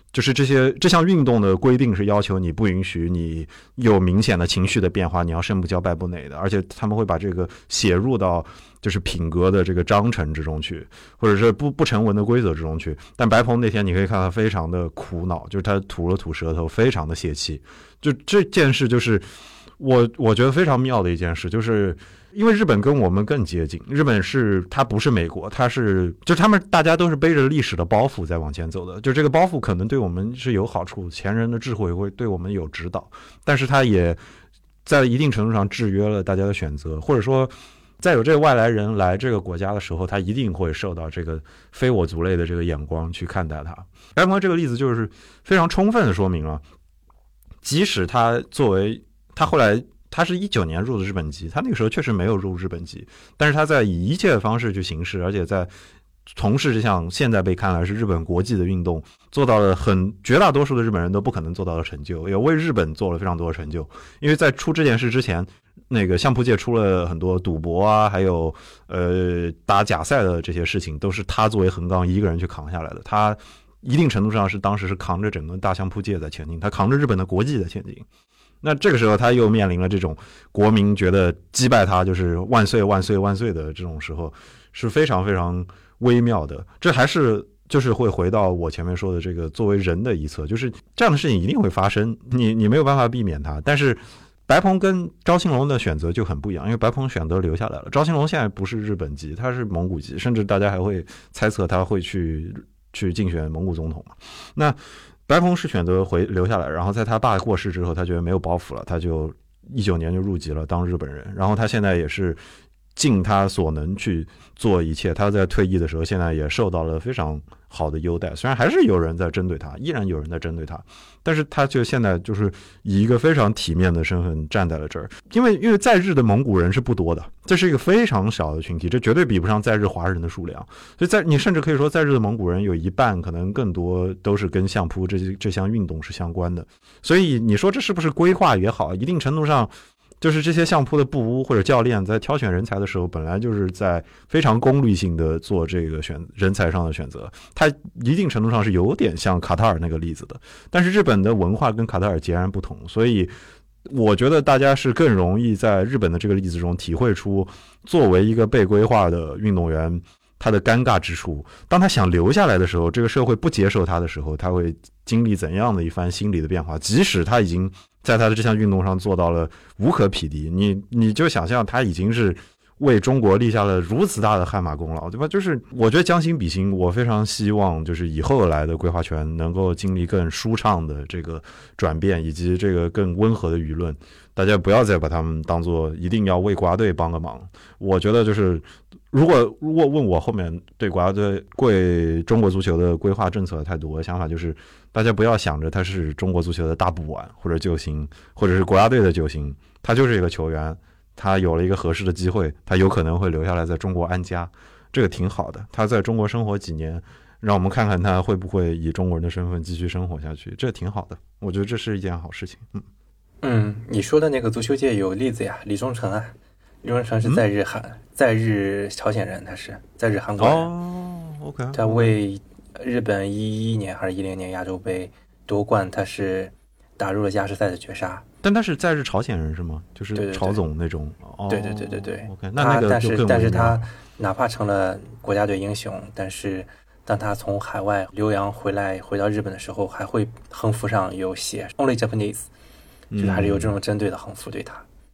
就是这项运动的规定是要求你不允许你有明显的情绪的变化，你要胜不骄败不馁的，而且他们会把这个写入到就是品格的这个章程之中去，或者是不成文的规则之中去。但白鹏那天你可以看他非常的苦恼，就是他吐了吐舌头，非常的泄气。就这件事就是我觉得非常妙的一件事，就是因为日本跟我们更接近，日本它不是美国，就他们大家都是背着历史的包袱在往前走的，就这个包袱可能对我们是有好处，前人的智慧会对我们有指导，但是它也在一定程度上制约了大家的选择，或者说在有这个外来人来这个国家的时候，他一定会受到这个非我族类的这个眼光去看待他。白鹏这个例子就是非常充分的说明了，即使他后来他是19年入的日本籍，他那个时候确实没有入日本籍，但是他在以一切的方式去行事，而且在从事这项现在被看来是日本国际的运动，做到了绝大多数的日本人都不可能做到的成就，也为日本做了非常多的成就。因为在出这件事之前，那个相扑界出了很多赌博啊，还有打假赛的这些事情，都是他作为横纲一个人去扛下来的。他一定程度上当时是扛着整个大相扑界在前进，他扛着日本的国际在前进。那这个时候他又面临了这种国民觉得击败他就是万岁万岁万岁的这种时候，是非常非常微妙的。这还是就是会回到我前面说的这个作为人的一侧，就是这样的事情一定会发生，你没有办法避免它。但是白鹏跟招兴龙的选择就很不一样，因为白鹏选择留下来了，招兴龙现在不是日本籍，他是蒙古籍，甚至大家还会猜测他会去竞选蒙古总统嘛。那白鹏是选择留下来，然后在他爸过世之后，他觉得没有包袱了，他就19年就入籍了当日本人，然后他现在也是尽他所能去做一切。他在退役的时候，现在也受到了非常好的优待，虽然还是有人在针对他，依然有人在针对他，但是他就现在就是以一个非常体面的身份站在了这儿。因为在日的蒙古人是不多的，这是一个非常小的群体，这绝对比不上在日华人的数量。所以你甚至可以说，在日的蒙古人有一半，可能更多都是跟相扑这项运动是相关的。所以你说这是不是规划也好，一定程度上，就是这些相扑的部屋或者教练在挑选人才的时候，本来就是在非常功利性的做这个人才上的选择，它一定程度上是有点像卡塔尔那个例子的。但是日本的文化跟卡塔尔截然不同，所以我觉得大家是更容易在日本的这个例子中体会出，作为一个被规划的运动员，他的尴尬之处。当他想留下来的时候，这个社会不接受他的时候，他会经历怎样的一番心理的变化，即使他已经在他的这项运动上做到了无可匹敌，你就想象他已经是为中国立下了如此大的汗马功劳，对吧？就是我觉得将心比心，我非常希望就是以后来的规划拳能够经历更舒畅的这个转变，以及这个更温和的舆论。大家不要再把他们当做一定要为国家队帮个忙。我觉得就是如果问我后面对国家队对中国足球的规划政策的态度，我的想法就是大家不要想着他是中国足球的大补丸或者救星，或者是国家队的救星，他就是一个球员，他有了一个合适的机会，他有可能会留下来在中国安家，这个挺好的。他在中国生活几年，让我们看看他会不会以中国人的身份继续生活下去，这挺好的。我觉得这是一件好事情。 你说的那个足球界有例子呀，李宗盛啊，李宗盛是在日朝鲜人，他是在日韩国人。 OK， 他为日本11年还是10年亚洲杯夺冠，他是打入了加时赛的绝杀。 但他是在日朝鲜人是吗？就是朝总那种。 对。 OK， 那个就更但是他哪怕成了国家队英雄，但是当他从海外留洋回到日本的时候，还会横幅上有写 Only Japanese， 就是还是有这种针对的横幅对他。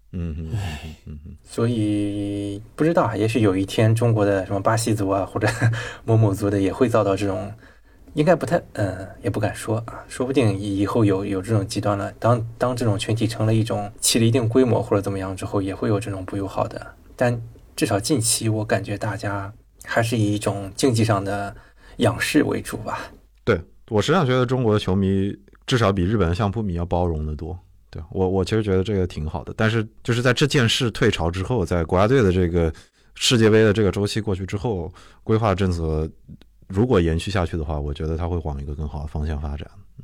所以不知道，也许有一天中国的什么巴西族啊，或者某某族的也会遭到这种，应该不太也不敢说啊，说不定以后有这种极端了。当这种群体成了一种起了一定规模或者怎么样之后，也会有这种不友好的。但至少近期我感觉大家还是以一种竞技上的仰视为主吧。 对，我实际上觉得中国的球迷至少比日本的相扑迷要包容得多。对，我其实觉得这个挺好的，但是就是在这件事退潮之后，在国家队的这个世界杯的这个周期过去之后，规划政策如果延续下去的话，我觉得它会往一个更好的方向发展。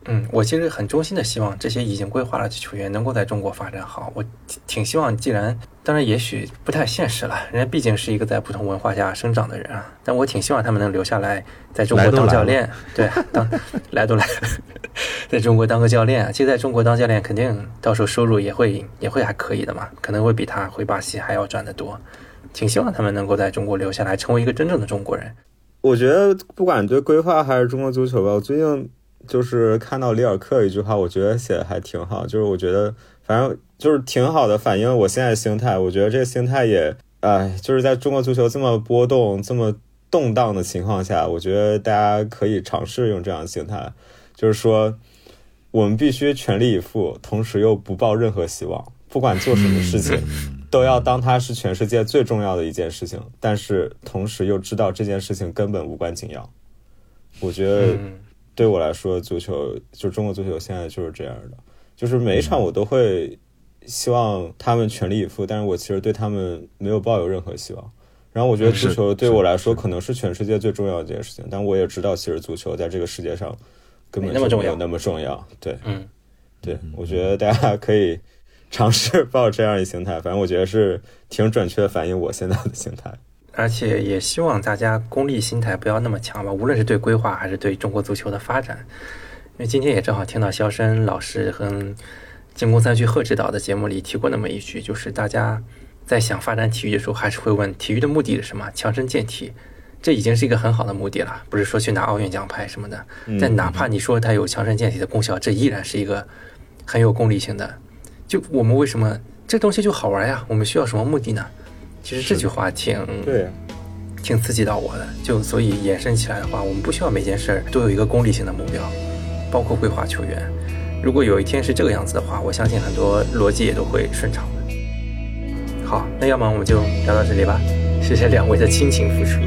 我其实很衷心的希望这些已经规划了的球员能够在中国发展好。我挺希望，既然当然也许不太现实了，人家毕竟是一个在不同文化下生长的人啊，但我挺希望他们能留下来，在中国当教练。对，来都来了，在中国当个教练。其实在中国当教练，肯定到时候收入也会还可以的嘛，可能会比他回巴西还要赚得多。挺希望他们能够在中国留下来，成为一个真正的中国人。 我觉得不管对规划还是中国足球吧，我最近就是看到里尔克一句话，我觉得写的还挺好，就是我觉得反正就是挺好的反映我现在的心态。我觉得这个心态也就是在中国足球这么波动这么动荡的情况下，我觉得大家可以尝试用这样的心态，就是说我们必须全力以赴，同时又不抱任何希望，不管做什么事情都要当它是全世界最重要的一件事情，但是同时又知道这件事情根本无关紧要。我觉得对我来说，足球就中国足球现在就是这样的，就是每一场我都会希望他们全力以赴，但是我其实对他们没有抱有任何希望。然后我觉得足球对我来说可能是全世界最重要的一件事情，但我也知道其实足球在这个世界上根本就没有那么重要。对，对，我觉得大家可以尝试抱这样一心态，反正我觉得是挺准确的反映我现在的心态。 而且也希望大家功利心态不要那么强吧，无论是对规划还是对中国足球的发展。因为今天也正好听到肖申老师和进攻三区贺指导的节目里提过那么一句，就是大家在想发展体育的时候，还是会问体育的目的是什么，强身健体，这已经是一个很好的目的了，不是说去拿奥运奖牌什么的。但哪怕你说它有强身健体的功效，这依然是一个很有功利性的。就我们为什么这东西就好玩呀？我们需要什么目的呢？其实这句话挺刺激到我的，就所以延伸起来的话，我们不需要每件事都有一个功利性的目标，包括规划球员。如果有一天是这个样子的话，我相信很多逻辑也都会顺畅的。好，那要么我们就聊到这里吧，谢谢两位的亲情付出。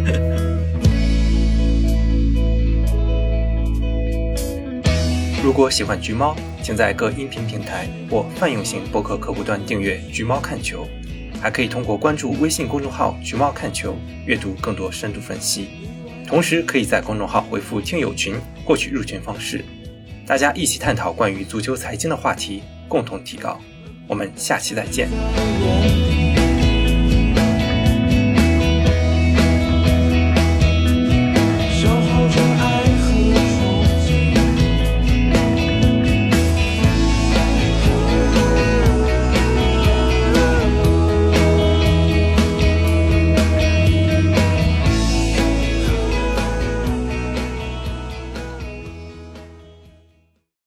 如果喜欢橘猫，请在各音频平台或泛用型播客客户端订阅橘猫看球，还可以通过关注微信公众号橘猫看球阅读更多深度分析，同时可以在公众号回复听友群获取入群方式，大家一起探讨关于足球财经的话题，共同提高。我们下期再见。